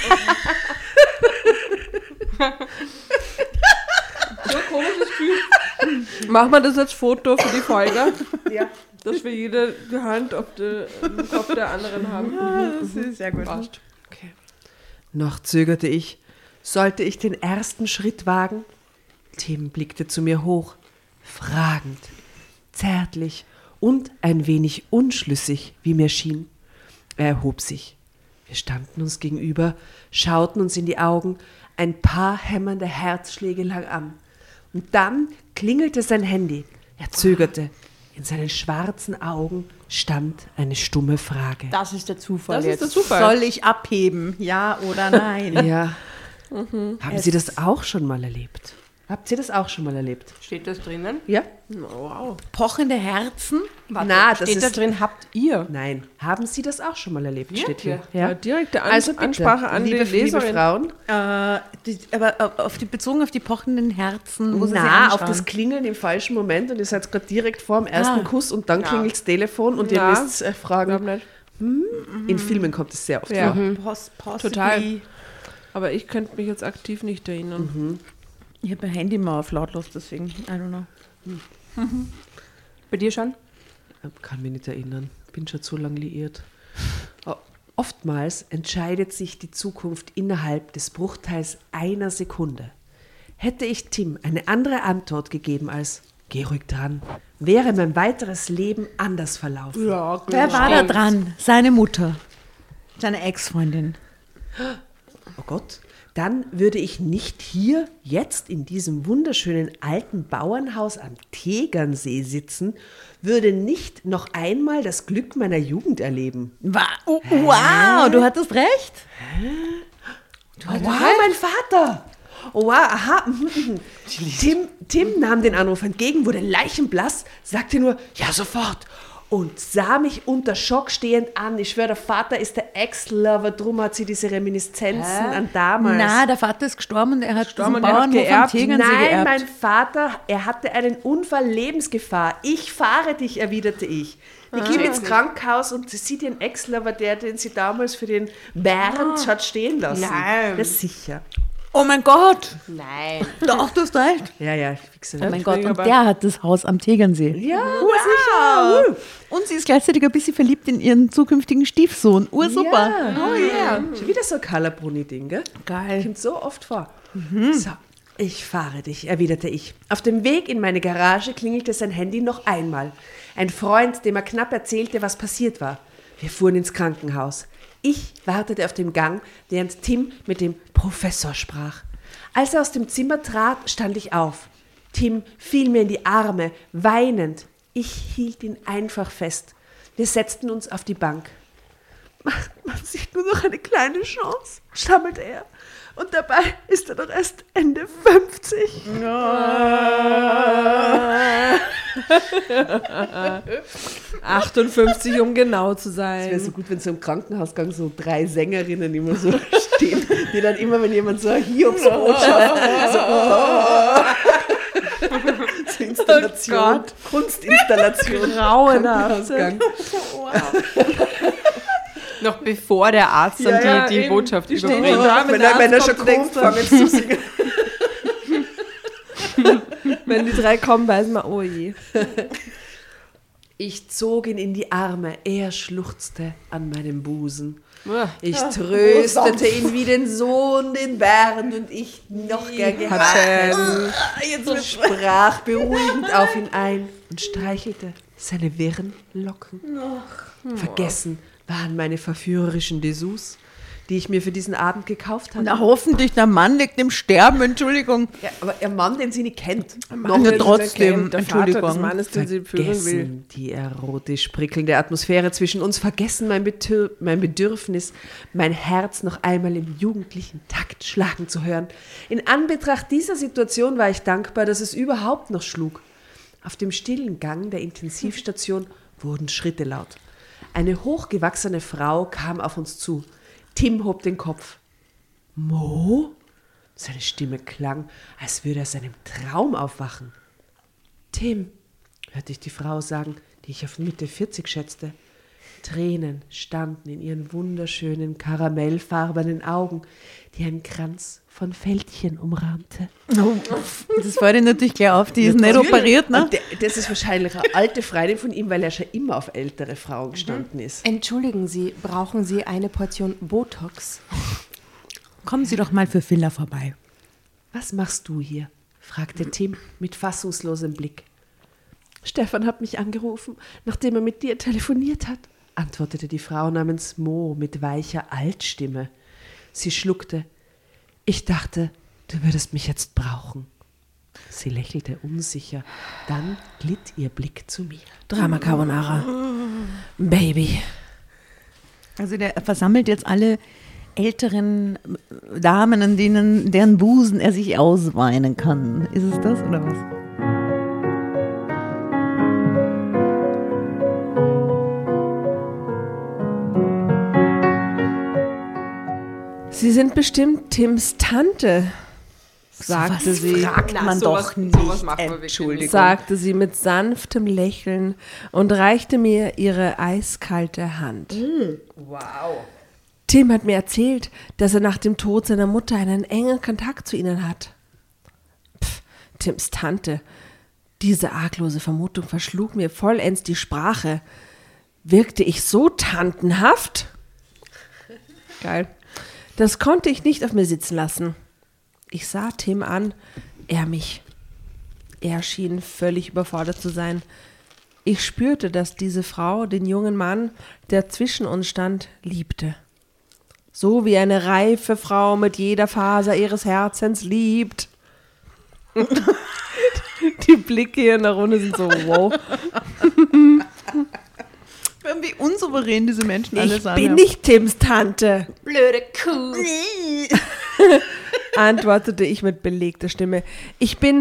So komisches Gefühl. Machen wir das als Foto für die Folge? Ja. Dass wir jede die Hand auf den Kopf der anderen haben. Das ist sehr gut. Passt. Okay. Noch zögerte ich. Sollte ich den ersten Schritt wagen? Tim blickte zu mir hoch, fragend, zärtlich und ein wenig unschlüssig, wie mir schien. Er erhob sich. Wir standen uns gegenüber, schauten uns in die Augen, ein paar hämmernde Herzschläge lang an. Und dann klingelte sein Handy. Er zögerte. In seinen schwarzen Augen stand eine stumme Frage. Das ist der Zufall Das jetzt. ist der Zufall. Soll ich abheben? Ja oder nein? Ja. Haben Sie das auch schon mal erlebt? Habt ihr das auch schon mal erlebt? Steht das drinnen? Ja? Wow. Pochende Herzen? Warte, Na, das steht da ist- drin, habt ihr? Nein. Haben Sie das auch schon mal erlebt? Steht hier. Ja, direkte Also bitte, Ansprache an liebe, die Leserin. liebe Frauen. Aber bezogen auf die pochenden Herzen. muss ich sie Na, auf anschauen. das Klingeln im falschen Moment und ihr seid gerade direkt vor dem ersten Kuss und dann klingelt das Telefon und ihr Na, müsst Glaub fragen. nicht. In Filmen kommt es sehr oft Ja. vor. Total. Aber ich könnte mich jetzt aktiv nicht erinnern. Ich habe mein Handy mal auf lautlos, deswegen, I don't know. Bei dir schon? Kann mich nicht erinnern. Bin schon zu lang liiert. Oftmals entscheidet sich die Zukunft innerhalb des Bruchteils einer Sekunde. Hätte ich Tim eine andere Antwort gegeben als "Geh ruhig dran", wäre mein weiteres Leben anders verlaufen. Ja, Wer war da dran? Seine Mutter. Seine Ex-Freundin. Oh Gott, dann würde ich nicht hier jetzt in diesem wunderschönen alten Bauernhaus am Tegernsee sitzen, würde nicht noch einmal das Glück meiner Jugend erleben. Wow, du hattest recht. Wow, mein Vater! Oh, wow, aha. Tim nahm den Anruf entgegen, wurde leichenblass, sagte nur, ja, sofort. Und sah mich unter Schock stehend an. Ich schwöre, der Vater ist der Ex-Lover, drum hat sie diese Reminiszenzen an damals. Na, der Vater ist gestorben und er hat diesen und er hat Bauernhof am geerbt. Tegernsee Nein, geerbt. mein Vater, er hatte einen Unfall, Lebensgefahr. Ich fahre dich, erwiderte ich. Wir gehen ins Krankenhaus und sie sieht ihren Ex-Lover, den sie damals für den Bernd hat stehen lassen. Nein. Das ist sicher. Oh mein Gott. Nein. Doch, du hast recht. Ja, ich fixe Oh mein Gott, und der hat das Haus am Tegernsee. Ja, sicher. Und sie ist gleichzeitig ein bisschen verliebt in ihren zukünftigen Stiefsohn. Ursuper. Ja. Oh ja. Schon wieder so ein Colorbruni-Ding, gell? Geil. Kommt so oft vor. So, ich fahre dich, erwiderte ich. Auf dem Weg in meine Garage klingelte sein Handy noch einmal. Ein Freund, dem er knapp erzählte, was passiert war. Wir fuhren ins Krankenhaus. Ich wartete auf dem Gang, während Tim mit dem Professor sprach. Als er aus dem Zimmer trat, stand ich auf. Tim fiel mir in die Arme, weinend. Ich hielt ihn einfach fest. Wir setzten uns auf die Bank. Man sieht nur noch eine kleine Chance, stammelte er. Und dabei ist er doch erst Ende 50. 58, um genau zu Es wäre sein. so gut, wenn so im Krankenhausgang so 3 Sängerinnen immer so stehen, die dann immer, wenn jemand so Hiobsbotschaft, so Installation, Kunstinstallation, Grauenhaft. Krankenhausgang. Noch bevor der Arzt dann die eben. Botschaft Die stehen überbringt. schon da, Wenn er schon kommt, fangen zu singen. Wenn die 3 kommen, weiß man, oh je. Ich zog ihn in die Arme, er schluchzte an meinem Busen. Ich tröstete ihn wie den Sohn, den Bernd und ich noch gern gehabt hätten. Jetzt sprach beruhigend auf ihn ein und streichelte seine wirren Locken. Vergessen waren meine verführerischen Dessous, die ich mir für diesen Abend gekauft hatte. Na, hoffentlich, der Mann liegt im Sterben, Entschuldigung. Ja, aber ein Mann, den sie nicht kennt. Noch nicht trotzdem, Der Vater des Entschuldigung. Mannes, den sie führen will. Vergessen die erotisch prickelnde Atmosphäre zwischen uns, vergessen mein Bedürfnis, mein Herz noch einmal im jugendlichen Takt schlagen zu hören. In Anbetracht dieser Situation war ich dankbar, dass es überhaupt noch schlug. Auf dem stillen Gang der Intensivstation wurden Schritte laut. Eine hochgewachsene Frau kam auf uns zu. Tim hob den Kopf. Mo? Seine Stimme klang, als würde er aus einem Traum aufwachen. Tim, hörte ich die Frau sagen, die ich auf Mitte 40 schätzte. Tränen standen in ihren wunderschönen, karamellfarbenen Augen, die ein Kranz von Fältchen umrahmte. Das fällt ihm natürlich gleich auf, die ist nicht operiert, ne? Und das ist wahrscheinlich eine alte Freundin von ihm, weil er schon immer auf ältere Frauen gestanden ist. Entschuldigen Sie, brauchen Sie eine Portion Botox? Kommen Sie doch mal für Filler vorbei. Was machst du hier? Fragte Tim mit fassungslosem Blick. Stefan hat mich angerufen, nachdem er mit dir telefoniert hat, antwortete die Frau namens Mo mit weicher Altstimme. Sie schluckte. Ich dachte, du würdest mich jetzt brauchen. Sie lächelte unsicher. Dann glitt ihr Blick zu mir. Drama Carbonara. Baby. Also der versammelt jetzt alle älteren Damen, an deren Busen er sich ausweinen kann. Ist es das oder was? Sie sind bestimmt Tims Tante, sagte sie. Fragt man doch nicht. Entschuldigung. Sagte sie mit sanftem Lächeln und reichte mir ihre eiskalte Hand. Wow. Tim hat mir erzählt, dass er nach dem Tod seiner Mutter einen engen Kontakt zu ihnen hat. Tims Tante. Diese arglose Vermutung verschlug mir vollends die Sprache. Wirkte ich so tantenhaft? Geil. Das konnte ich nicht auf mir sitzen lassen. Ich sah Tim an, er mich. Er schien völlig überfordert zu sein. Ich spürte, dass diese Frau den jungen Mann, der zwischen uns stand, liebte. so wie eine reife Frau mit jeder Faser ihres Herzens liebt. Die Blicke hier in der Runde sind so, wow. Wie unsouverän diese Menschen alle Ich sind. bin nicht Tims Tante, Blöde Kuh. antwortete ich mit belegter Stimme. Ich bin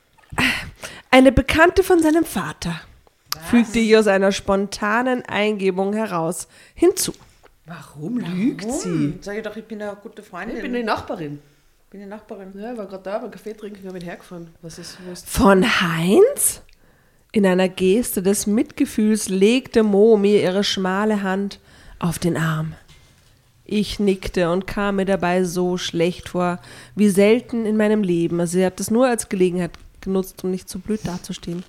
eine Bekannte von seinem Vater, fügte ich aus einer spontanen Eingebung heraus hinzu. Warum lügt sie? Sag ich doch, ich bin eine gute Freundin. Ich bin die Nachbarin. bin die Nachbarin. Ja, ich war gerade da beim Kaffee trinken, habe ihn hergefahren. Wo ist Von Heinz? In einer Geste des Mitgefühls legte Mo mir ihre schmale Hand auf den Arm. Ich nickte und kam mir dabei so schlecht vor, wie selten in meinem Leben. Also sie hat das nur als Gelegenheit genutzt, um nicht so blöd dazustehen.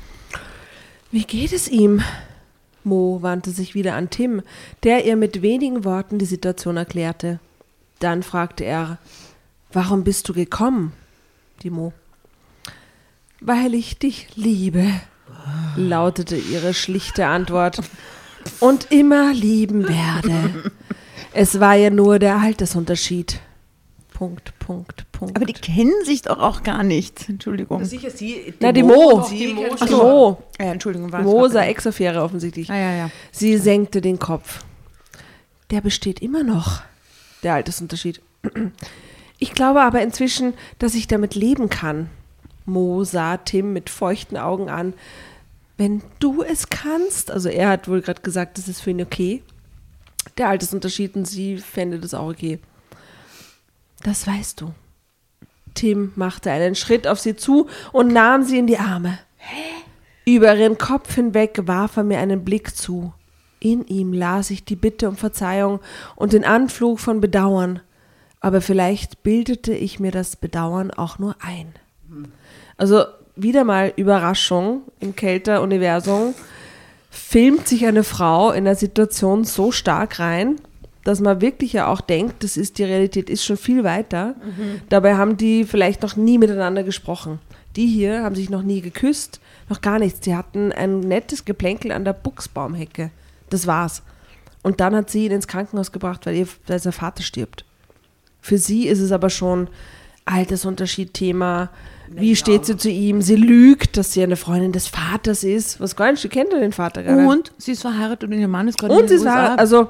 Wie geht es ihm? Mo wandte sich wieder an Tim, der ihr mit wenigen Worten die Situation erklärte. Dann fragte er, warum bist du gekommen, die Mo? Weil ich dich liebe, lautete ihre schlichte Antwort, und immer lieben werde. Es war ja nur der Altersunterschied. Punkt. Aber die kennen sich doch auch gar nicht. Entschuldigung. sicher sie? Na, die Mo. Die Mo. Ach, die Mo. Ja, Entschuldigung, war Mo sei Ex-Affäre offensichtlich. Ja. Sie senkte den Kopf. Der besteht immer noch, der Altersunterschied. Ich glaube aber inzwischen, dass ich damit leben kann. Mo sah Tim mit feuchten Augen an. Wenn du es kannst, also er hat wohl gerade gesagt, das ist für ihn okay. Der Altersunterschied und sie fände das auch okay. Das weißt du. Tim machte einen Schritt auf sie zu und nahm sie in die Arme. Über ihren Kopf hinweg warf er mir einen Blick zu. In ihm las ich die Bitte um Verzeihung und den Anflug von Bedauern. Aber vielleicht bildete ich mir das Bedauern auch nur ein. Also wieder mal Überraschung im Kelter-Universum. Filmt sich eine Frau in der Situation so stark rein, dass man wirklich ja auch denkt, das ist die Realität, ist schon viel weiter. Dabei haben die vielleicht noch nie miteinander gesprochen. Die hier haben sich noch nie geküsst, noch gar nichts. Die hatten ein nettes Geplänkel an der Buchsbaumhecke. Das war's. Und dann hat sie ihn ins Krankenhaus gebracht, weil sein Vater stirbt. Für sie ist es aber schon Altersunterschied-Thema. Wie steht sie zu ihm? Sie lügt, dass sie eine Freundin des Vaters ist. Was gar nicht, sie kennt ja den Vater gar nicht. Und sie ist verheiratet und ihr Mann ist gerade Und in sie den ist USA. verheiratet, also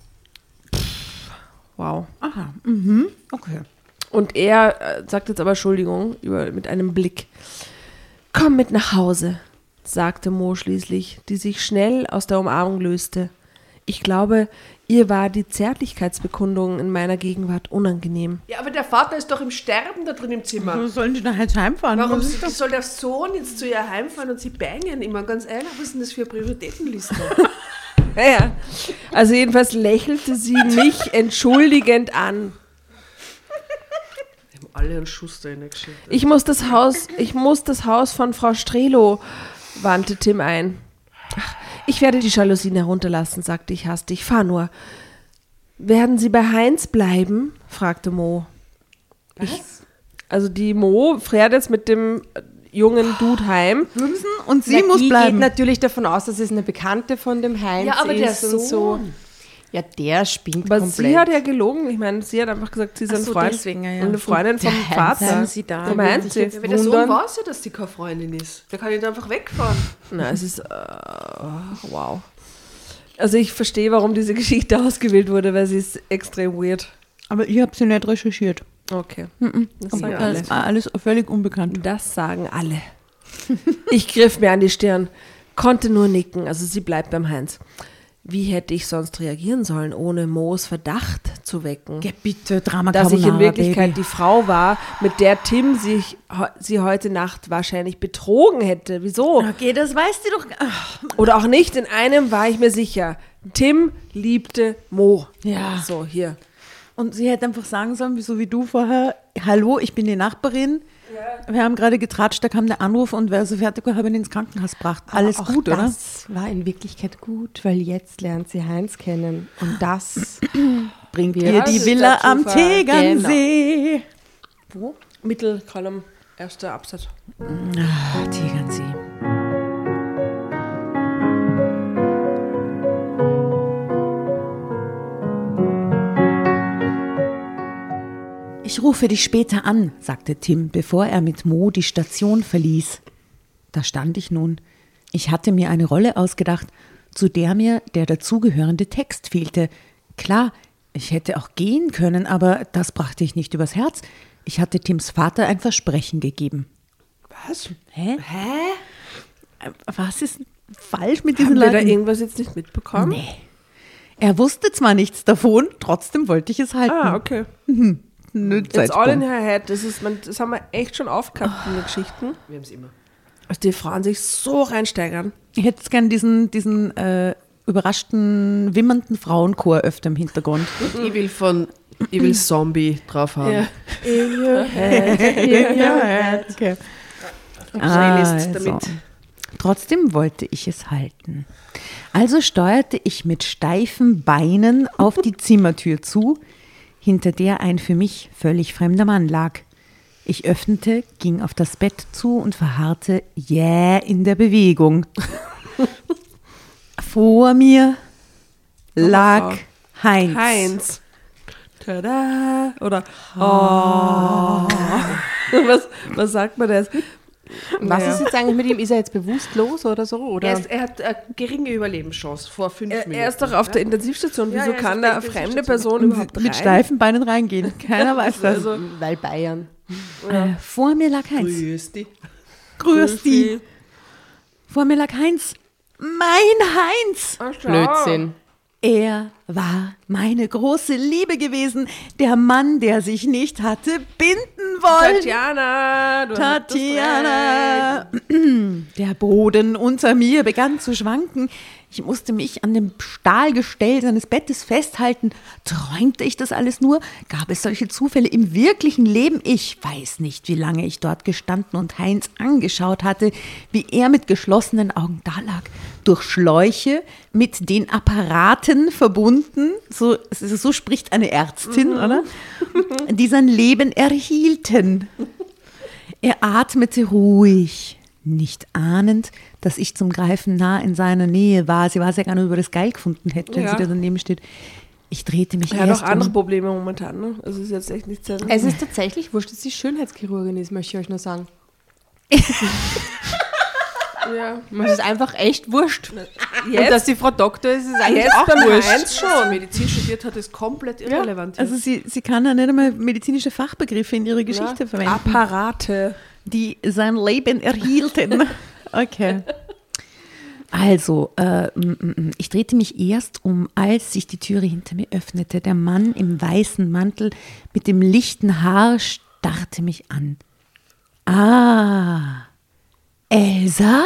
wow. Aha, okay. Und er sagt jetzt aber Entschuldigung mit einem Blick. Komm mit nach Hause, sagte Mo schließlich, die sich schnell aus der Umarmung löste. Ich glaube, ihr war die Zärtlichkeitsbekundung in meiner Gegenwart unangenehm. Ja, aber der Vater ist doch im Sterben da drin im Zimmer. Wo sollen die da jetzt heimfahren? Warum soll der Sohn jetzt zu ihr heimfahren und sie bangen? Ich meine, ganz ehrlich, was ist denn das für eine Prioritätenliste? Ja. Also jedenfalls lächelte sie mich entschuldigend an. Die haben alle einen Schuster reingeschickt. Ich muss das Haus von Frau Strelo, wandte Tim ein. Ach, ich werde die Jalousien herunterlassen, sagte ich hastig. Fahr nur. Werden Sie bei Heinz bleiben? Fragte Mo. Also die Mo fährt jetzt mit dem jungen Dude heim. Und sie muss die bleiben. geht natürlich davon aus, dass es eine Bekannte von dem Heinz Ja, aber der ist und so. Sohn. Ja, der spinnt Aber komplett. sie hat ja gelogen. Ich meine, sie hat einfach gesagt, sie ist ein so, Freund deswegen, ja. und eine Freundin vom Vater. Bleiben Sie da. Vom Heinz. Ja, weil der Sohn weiß ja, dass sie keine Freundin ist. Der kann nicht einfach wegfahren. Na, es ist wow. Also ich verstehe, warum diese Geschichte ausgewählt wurde, weil sie ist extrem weird. Aber ich habe sie nicht recherchiert. Okay. Das sagen alle. Alles völlig unbekannt. Das sagen alle. Ich griff mir an die Stirn, konnte nur nicken. Also sie bleibt beim Heinz. Wie hätte ich sonst reagieren sollen, ohne Moos Verdacht zu wecken? Ja, bitte, Drama Dass ich in Carbonara, Wirklichkeit Baby. die Frau war, mit der Tim sie heute Nacht wahrscheinlich betrogen hätte. Wieso? Okay, das weiß die doch. Ach, Oder auch nicht. In einem war ich mir sicher. Tim liebte Mo. Ja. So, hier. und sie hätte einfach sagen sollen, so wie du vorher, hallo, ich bin die Nachbarin. Ja. Wir haben gerade getratscht, da kam der Anruf und wer so fertig war, habe ihn ins Krankenhaus gebracht. Alles auch gut, oder? Das war in Wirklichkeit gut, weil jetzt lernt sie Heinz kennen. Und das Bringt wir ihr das die ist Villa der am Zufall. Tegernsee. Wo? Mittelkolumn, erster Absatz. Ah, Tegernsee. Ich rufe dich später an, sagte Tim, bevor er mit Mo die Station verließ. Da stand ich nun. Ich hatte mir eine Rolle ausgedacht, zu der mir der dazugehörende Text fehlte. Klar, ich hätte auch gehen können, aber das brachte ich nicht übers Herz. Ich hatte Tims Vater ein Versprechen gegeben. Was? Hä? Was ist falsch mit diesen Haben wir da Leuten? irgendwas jetzt nicht mitbekommen? Nee. Er wusste zwar nichts davon, trotzdem wollte ich es halten. Ah, okay. Nützt It's all in her head. Das haben wir echt schon aufgehabt in den Geschichten. Wir haben es immer. Dass die Frauen sich so reinsteigern. Ich hätte gern diesen überraschten, wimmernden Frauenchor öfter im Hintergrund. Ich will Zombie drauf haben. Ja. In your head. Okay. Playlist damit. Trotzdem wollte ich es halten. Also steuerte ich mit steifen Beinen auf die Zimmertür zu, hinter der ein für mich völlig fremder Mann lag. Ich öffnete, ging auf das Bett zu und verharrte jäh in der Bewegung. Vor mir lag Heinz. Heinz. Tada. Oder oh. Was sagt man das? Was ist jetzt eigentlich mit ihm? Ist er jetzt bewusstlos oder so? Oder? Er hat eine geringe Überlebenschance vor 5 Minuten. Er ist doch auf der Intensivstation. Wieso er ist kann auf der da eine fremde Intensivstation. Person überhaupt rein? Mit steifen Beinen reingehen. Keiner weiß das. Also, Weil Bayern. Vor mir lag Heinz. Grüß dich. Grüß dich. Vor mir lag Heinz. Mein Heinz. Blödsinn. Er war meine große Liebe gewesen. Der Mann, der sich nicht hatte binden wollen. Tatjana. Du Tatjana. Der Boden unter mir begann zu schwanken. Ich musste mich an dem Stahlgestell seines Bettes festhalten. Träumte ich das alles nur? Gab es solche Zufälle im wirklichen Leben? Ich weiß nicht, wie lange ich dort gestanden und Heinz angeschaut hatte, wie er mit geschlossenen Augen dalag. Durch Schläuche mit den Apparaten verbunden, so spricht eine Ärztin, oder? Die sein Leben erhielten. Er atmete ruhig, nicht ahnend, dass ich zum Greifen nah in seiner Nähe war. Sie war sehr gerne über das geil gefunden hätte, wenn sie da daneben steht. Ich drehte mich Er hat erst auch andere Probleme momentan. Ne? Also es ist jetzt echt nicht sehr... Es ist tatsächlich wurscht, dass sie Schönheitschirurgin ist, möchte ich euch nur sagen. Ja. Es ist einfach echt wurscht. Und Jetzt? dass die Frau Doktor ist, ist eigentlich Jetzt auch beim wurscht. Heinz schon. Medizin studiert hat, ist komplett irrelevant. Also sie kann ja nicht einmal medizinische Fachbegriffe in ihre Geschichte verwenden, Apparate. die sein Leben erhielten. Okay. Also, ich drehte mich erst um, als sich die Türe hinter mir öffnete. Der Mann im weißen Mantel mit dem lichten Haar starrte mich an. Ah, Elsa?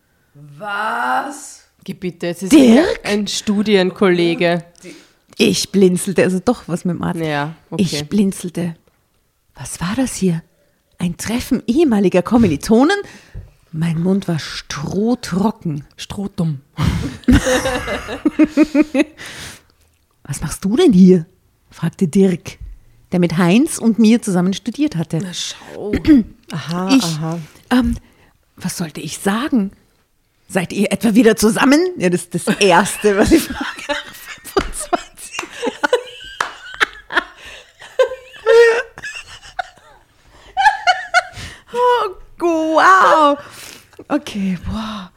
Was? Bitte, es ist Dirk? ein Studienkollege. Ich blinzelte, also doch was mit dem Arzt. Ja, okay. Ich blinzelte. Was war das hier? Ein Treffen ehemaliger Kommilitonen? Mein Mund war strohtrocken. Strohdumm. Was machst du denn hier? Fragte Dirk, der mit Heinz und mir zusammen studiert hatte. Na schau. Aha, Ich, aha. Was sollte ich sagen? Seid ihr etwa wieder zusammen? Ja, das ist das Erste, was ich frage. Nach 25 Jahren. Oh, wow. Okay, wow.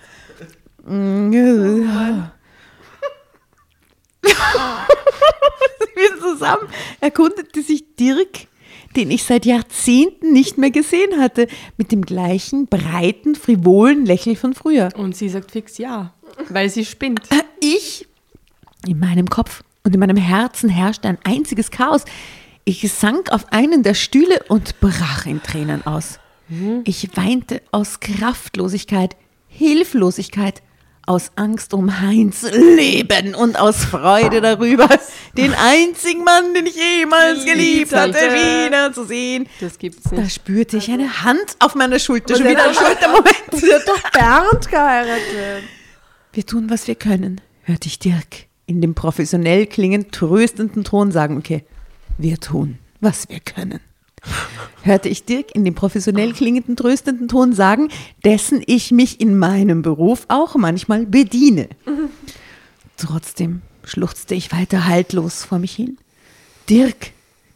Wir zusammen erkundete sich Dirk, den ich seit Jahrzehnten nicht mehr gesehen hatte, mit dem gleichen breiten, frivolen Lächeln von früher. Und sie sagt fix ja, weil sie spinnt. Ich, in meinem Kopf und in meinem Herzen herrschte ein einziges Chaos. Ich sank auf einen der Stühle und brach in Tränen aus. Ich weinte aus Kraftlosigkeit, Hilflosigkeit, aus Angst um Heinz Leben und aus Freude darüber, den einzigen Mann, den ich jemals geliebt hatte, wiederzusehen. Das gibt's Da nicht. spürte ich eine Hand auf meiner Schulter. Schon der wieder ein hat- Schultermoment. Sie hat doch Bernd geheiratet. Wir tun, was wir können, hörte ich Dirk in dem professionell klingend tröstenden Ton sagen. Okay, wir tun, was wir können. Hörte ich Dirk in dem professionell klingenden tröstenden Ton sagen, dessen ich mich in meinem Beruf auch manchmal bediene. Trotzdem schluchzte ich weiter haltlos vor mich hin. Dirk,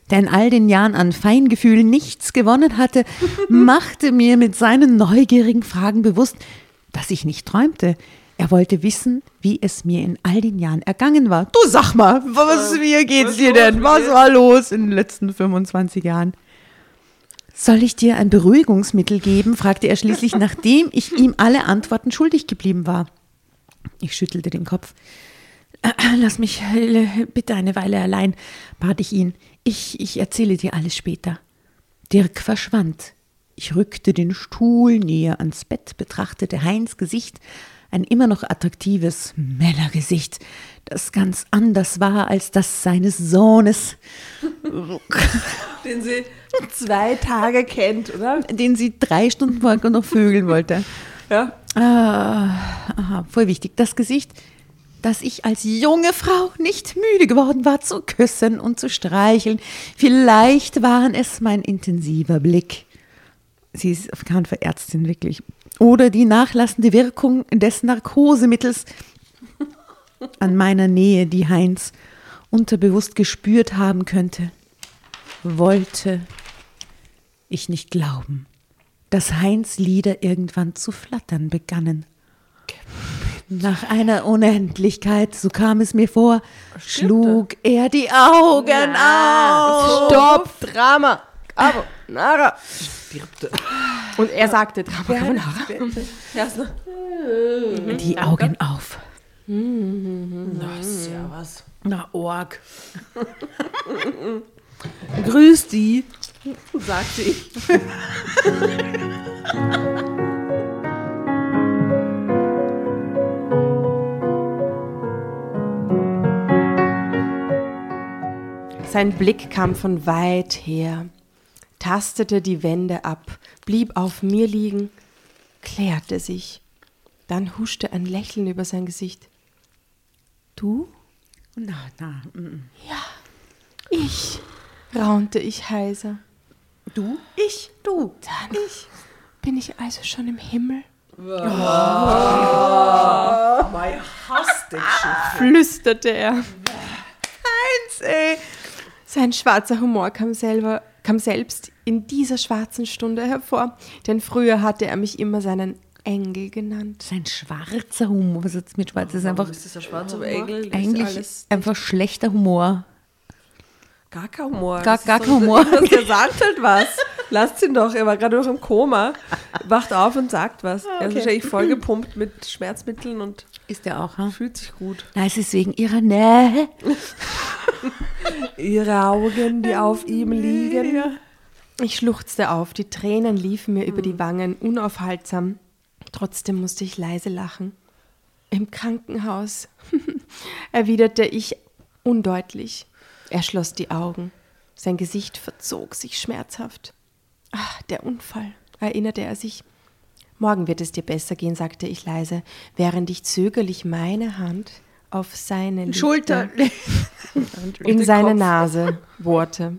der in all den Jahren an Feingefühl nichts gewonnen hatte, machte mir mit seinen neugierigen Fragen bewusst, dass ich nicht träumte. Er wollte wissen, wie es mir in all den Jahren ergangen war. Du sag mal, wie geht's dir denn? Was war los in den letzten 25 Jahren? Soll ich dir ein Beruhigungsmittel geben? Fragte er schließlich, nachdem ich ihm alle Antworten schuldig geblieben war. Ich schüttelte den Kopf. Lass mich bitte eine Weile allein, bat ich ihn. Ich erzähle dir alles später. Dirk verschwand. Ich rückte den Stuhl näher ans Bett, betrachtete Heinz' Gesicht, ein immer noch attraktives Männergesicht, das ganz anders war als das seines Sohnes. Den sie 2 Tage kennt, oder? Den sie 3 Stunden vorher noch vögeln wollte. Ja. Voll wichtig. Das Gesicht, das ich als junge Frau nicht müde geworden war zu küssen und zu streicheln. Vielleicht waren es mein intensiver Blick. Sie ist auf keinen Fall Ärztin, wirklich. Oder die nachlassende Wirkung des Narkosemittels an meiner Nähe, die Heinz unterbewusst gespürt haben könnte. Wollte ich nicht glauben, dass Heinz' Lider irgendwann zu flattern begannen. Nach einer Unendlichkeit, so kam es mir vor, schlug er die Augen auf. Stopp, Drama, Carbonara. Und er sagte Drama, Carbonara. Die Augen auf. Na, servus. Na, Org. Grüß die, sagte ich. Sein Blick kam von weit her, tastete die Wände ab, blieb auf mir liegen, klärte sich. Dann huschte ein Lächeln über sein Gesicht. Du? Na. Ich, raunte ich heiser. Du? Ich? Du? Dann bin ich also schon im Himmel? Flüsterte er. Heinz, ey. Sein schwarzer Humor kam selbst in dieser schwarzen Stunde hervor, denn früher hatte er mich immer seinen Engel genannt. Sein schwarzer Humor, was ist mit schwarz? Das ist einfach Ist das ein schwarzer Engel? eigentlich einfach schlechter Humor. Gar kein Humor. Gar Das kein ist doch- Humor. Der sagt halt was. Lasst ihn doch, er war gerade noch im Koma, wacht auf und sagt was. Er ist wahrscheinlich vollgepumpt mit Schmerzmitteln und Ist der auch, ha? fühlt sich gut. Na, es ist wegen ihrer Nähe. Ihre Augen, die auf ihm liegen. Ich schluchzte auf, die Tränen liefen mir über die Wangen unaufhaltsam. Trotzdem musste ich leise lachen. Im Krankenhaus, erwiderte ich undeutlich. Er schloss die Augen. Sein Gesicht verzog sich schmerzhaft. Ach, der Unfall, erinnerte er sich. Morgen wird es dir besser gehen, sagte ich leise, während ich zögerlich meine Hand auf seine Schulter. in seine Nase bohrte.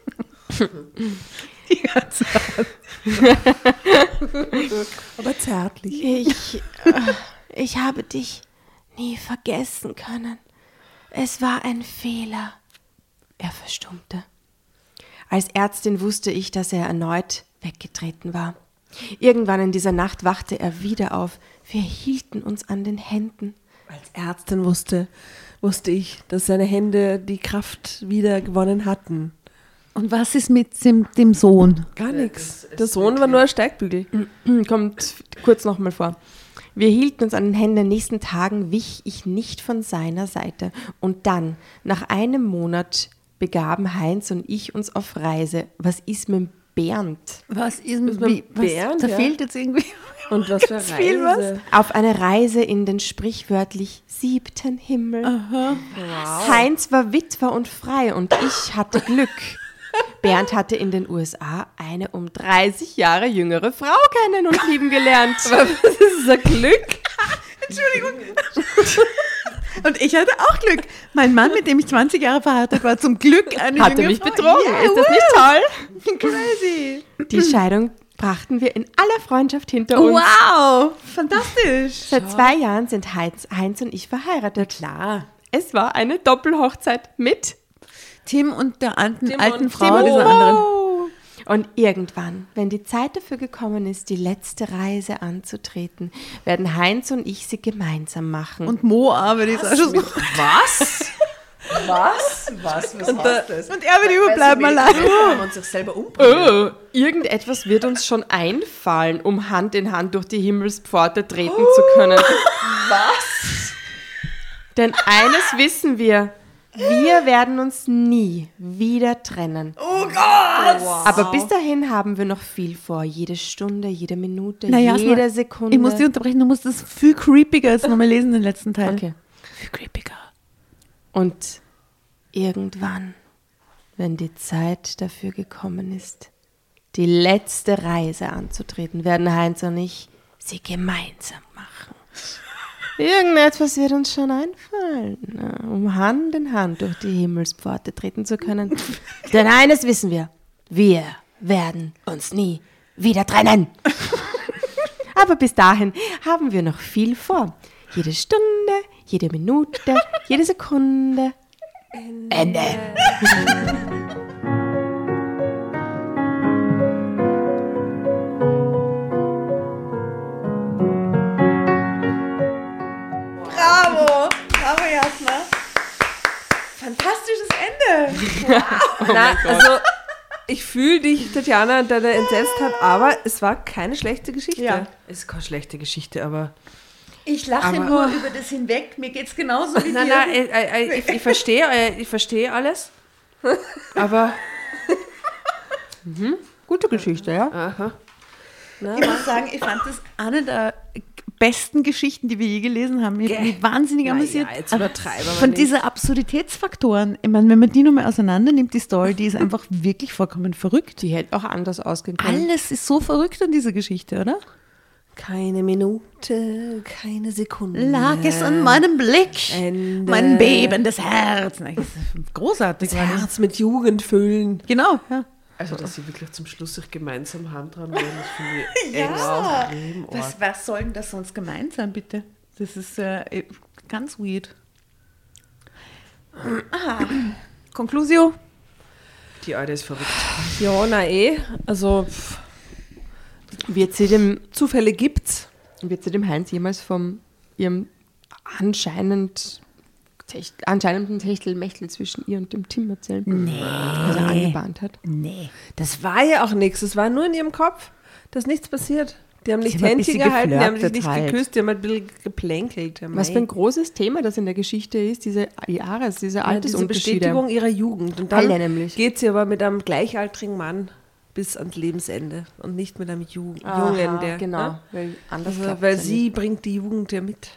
Aber zärtlich. Ich habe dich nie vergessen können. Es war ein Fehler. Er verstummte. Als Ärztin wusste ich, dass er erneut weggetreten war. Irgendwann in dieser Nacht wachte er wieder auf. Wir hielten uns an den Händen. Als Ärztin wusste ich, dass seine Hände die Kraft wieder gewonnen hatten. Und was ist mit dem Sohn? Gar nichts. Der Sohn war nur ein Steigbügel. Kommt kurz nochmal vor. Wir hielten uns an den Händen. In den nächsten Tagen wich ich nicht von seiner Seite. Und dann, nach einem Monat, begaben Heinz und ich uns auf Reise. Was ist mit Bernd? Was ist mit Bernd, Da ja? fehlt jetzt irgendwie. Und was für viel Reise. Auf eine Reise in den sprichwörtlich 7. Himmel. Heinz war Witwer und frei und ich hatte Glück. Bernd hatte in den USA eine um 30 Jahre jüngere Frau kennen und lieben gelernt. Das ist ein Glück. Und ich hatte auch Glück. Mein Mann, mit dem ich 20 Jahre verheiratet war, zum Glück eine Hatte junge mich Frau. betrogen. Ja, Ist das nicht toll? Crazy. Die Scheidung brachten wir in aller Freundschaft hinter uns. Wow, fantastisch. Seit 2 Jahren sind Heinz und ich verheiratet. Klar. Es war eine Doppelhochzeit mit Tim und der alten und Frau, dieser anderen. Und irgendwann, wenn die Zeit dafür gekommen ist, die letzte Reise anzutreten, werden Heinz und ich sie gemeinsam machen. Und Mo arbeitet auch schon so. Was? Was heißt das? Und er wird überbleiben allein. Und sich selber umbringen. Irgendetwas wird uns schon einfallen, um Hand in Hand durch die Himmelspforte treten zu können. Was? Denn eines wissen wir: Wir werden uns nie wieder trennen. Oh Gott! Aber bis dahin haben wir noch viel vor. Jede Stunde, jede Minute, Naja, jede Sekunde. Ich muss dich unterbrechen, du musst das viel creepiger jetzt nochmal lesen, den letzten Teil. Okay. Viel creepiger. Und irgendwann, wenn die Zeit dafür gekommen ist, die letzte Reise anzutreten, werden Heinz und ich sie gemeinsam machen. Irgendetwas wird uns schon einfallen, um Hand in Hand durch die Himmelspforte treten zu können. Denn eines wissen wir: Wir werden uns nie wieder trennen. Aber bis dahin haben wir noch viel vor. Jede Stunde, jede Minute, jede Sekunde. Ende. Bravo! Bravo, Jasna. Fantastisches Ende. Nein, also ich fühle dich, Tatjana, deine Entsetztheit, aber es war keine schlechte Geschichte. Ja. Es ist keine schlechte Geschichte, aber Ich lache Aber- nur über das hinweg. Mir geht's genauso wie Nein, dir. nein, ich verstehe alles. Aber Gute Geschichte, ja? aha. Ich muss sagen, ich fand das eine der besten Geschichten, die wir je gelesen haben. Mich wahnsinnig amüsiert. Ja, jetzt übertreiben wir Von nicht. diesen Absurditätsfaktoren. Ich meine, wenn man die nochmal auseinander nimmt, die Story, die ist einfach wirklich vollkommen verrückt. Die hätte auch anders ausgehen können. Alles ist so verrückt an dieser Geschichte, oder? Keine Minute, keine Sekunde. Lag es an meinem Blick, Ende. mein bebendes Herz. Nein, das ist großartig. Das Herz mit Jugend füllen. Genau, ja. also, dass sie wirklich zum Schluss sich gemeinsam Hand dran nehmen, das finde ich extrem arg. Was soll denn das sonst gemeint sein, bitte? Das ist ganz weird. Conclusio? Die Alte ist verrückt. Ja, na also Wird sie dem Zufälle gibt's. Heinz jemals von ihrem anscheinenden Techtelmechtel zwischen ihr und dem Tim erzählen? Nee. Was er angebahnt hat. Nee. Das war ja auch nichts. Das war nur in ihrem Kopf. Da ist nichts passiert. Die haben nicht haben ein Händchen bisschen gehalten, die haben sich geflirtet nicht halt. geküsst, die haben ein bisschen geplänkelt. Ja, Was für ein großes Thema das in der Geschichte ist, diese Jahres, diese diese Altersunterschiede. Bestätigung ihrer Jugend. Und dann Alle nämlich. geht sie aber mit einem gleichaltrigen Mann bis ans Lebensende und nicht mit einem Jungen, Aha, der. genau, Ne? weil anders Also, klappt's weil ja sie bringt die Jugend ja mit.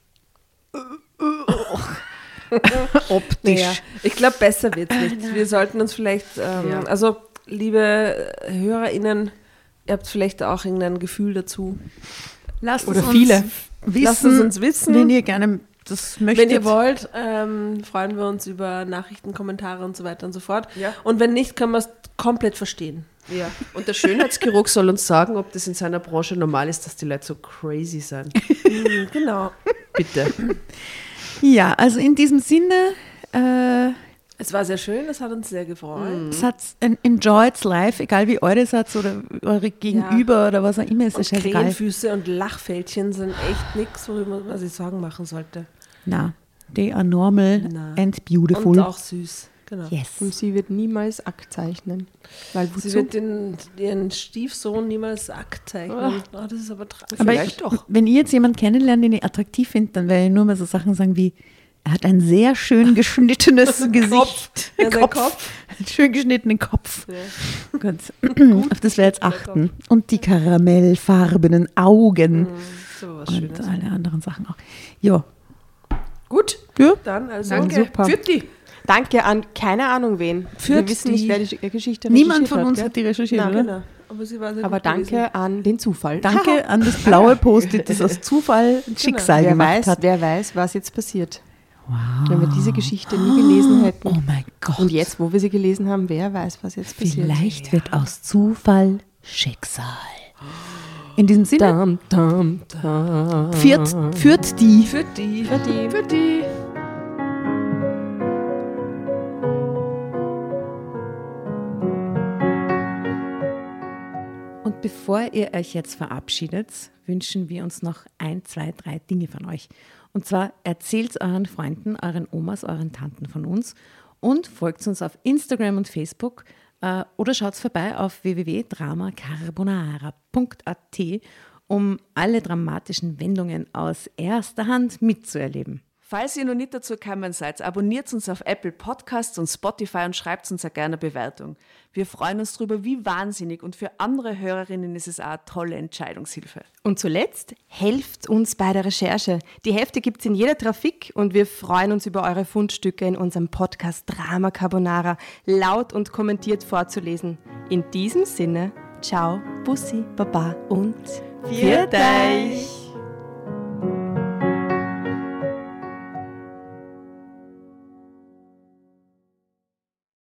Optisch. Naja, ich glaube, besser wird's nicht. Wir sollten uns vielleicht, also liebe HörerInnen, ihr habt vielleicht auch irgendein Gefühl dazu. Lasst Oder es uns viele. wissen, Lasst es uns wissen. wenn ihr gerne das möchtet. Wenn ihr wollt, freuen wir uns über Nachrichten, Kommentare und so weiter und so fort. Ja. Und wenn nicht, können wir es komplett verstehen. Ja. Und der Schönheitsgeruch soll uns sagen, ob das in seiner Branche normal ist, dass die Leute so crazy sind. Genau. Bitte. Ja, also in diesem Sinne, Es war sehr schön, das hat uns sehr gefreut. enjoy's life, egal wie eure seid oder eure Gegenüber oder was auch immer, ist ja Und scheißegal. Krähenfüße und Lachfältchen sind echt nichts, worüber man sich Sorgen machen sollte. Na, they are normal Na. and beautiful. Und auch süß. Genau. Yes. Und sie wird niemals Akt zeichnen. Weil Sie wozu? wird ihren Stiefsohn niemals Akt zeichnen. Oh, das ist aber tragisch. Aber Vielleicht doch. wenn ihr jetzt jemanden kennenlernt, den ihr attraktiv findet, dann werde ich nur mal so Sachen sagen wie, er hat ein sehr schön geschnittenes Gesicht. Ja, sein Kopf. Einen schön geschnittenen Kopf. Gut. Auf das wir jetzt achten. Und die karamellfarbenen Augen. So was Und Schönes. alle anderen Sachen auch. Ja. Gut. Ja. Dann also Danke. Super. Für die. Danke an keine Ahnung wen. Wir Führt wissen nicht, die- wer die Geschichte Niemand recherchiert von uns hat. hat die recherchiert, Nein, oder? Genau. Aber sie war sehr Aber gut gewesen. danke an den Zufall. Danke an das blaue Post-it, das aus Zufall ein Schicksal gemacht hat. Wer weiß, was jetzt passiert. Wenn wir diese Geschichte nie gelesen hätten. Oh mein Gott. Und jetzt, wo wir sie gelesen haben, wer weiß, was jetzt passiert. Vielleicht wird aus Zufall Schicksal. In diesem Sinne, Dam, dam, dam. führt die. Für die. Für die. Für die. bevor ihr euch jetzt verabschiedet, wünschen wir uns noch 1, 2, 3 Dinge von euch. Und zwar erzählt euren Freunden, euren Omas, euren Tanten von uns und folgt uns auf Instagram und Facebook oder schaut vorbei auf www.dramacarbonara.at, um alle dramatischen Wendungen aus erster Hand mitzuerleben. Falls ihr noch nicht dazu gekommen seid, abonniert uns auf Apple Podcasts und Spotify und schreibt uns auch gerne eine Bewertung. Wir freuen uns darüber wie wahnsinnig und für andere Hörerinnen ist es auch eine tolle Entscheidungshilfe. Und zuletzt, helft uns bei der Recherche. Die Hefte gibt es in jeder Trafik und wir freuen uns über eure Fundstücke in unserem Podcast Drama Carbonara laut und kommentiert vorzulesen. In diesem Sinne, ciao, Bussi, Baba und Viert euch!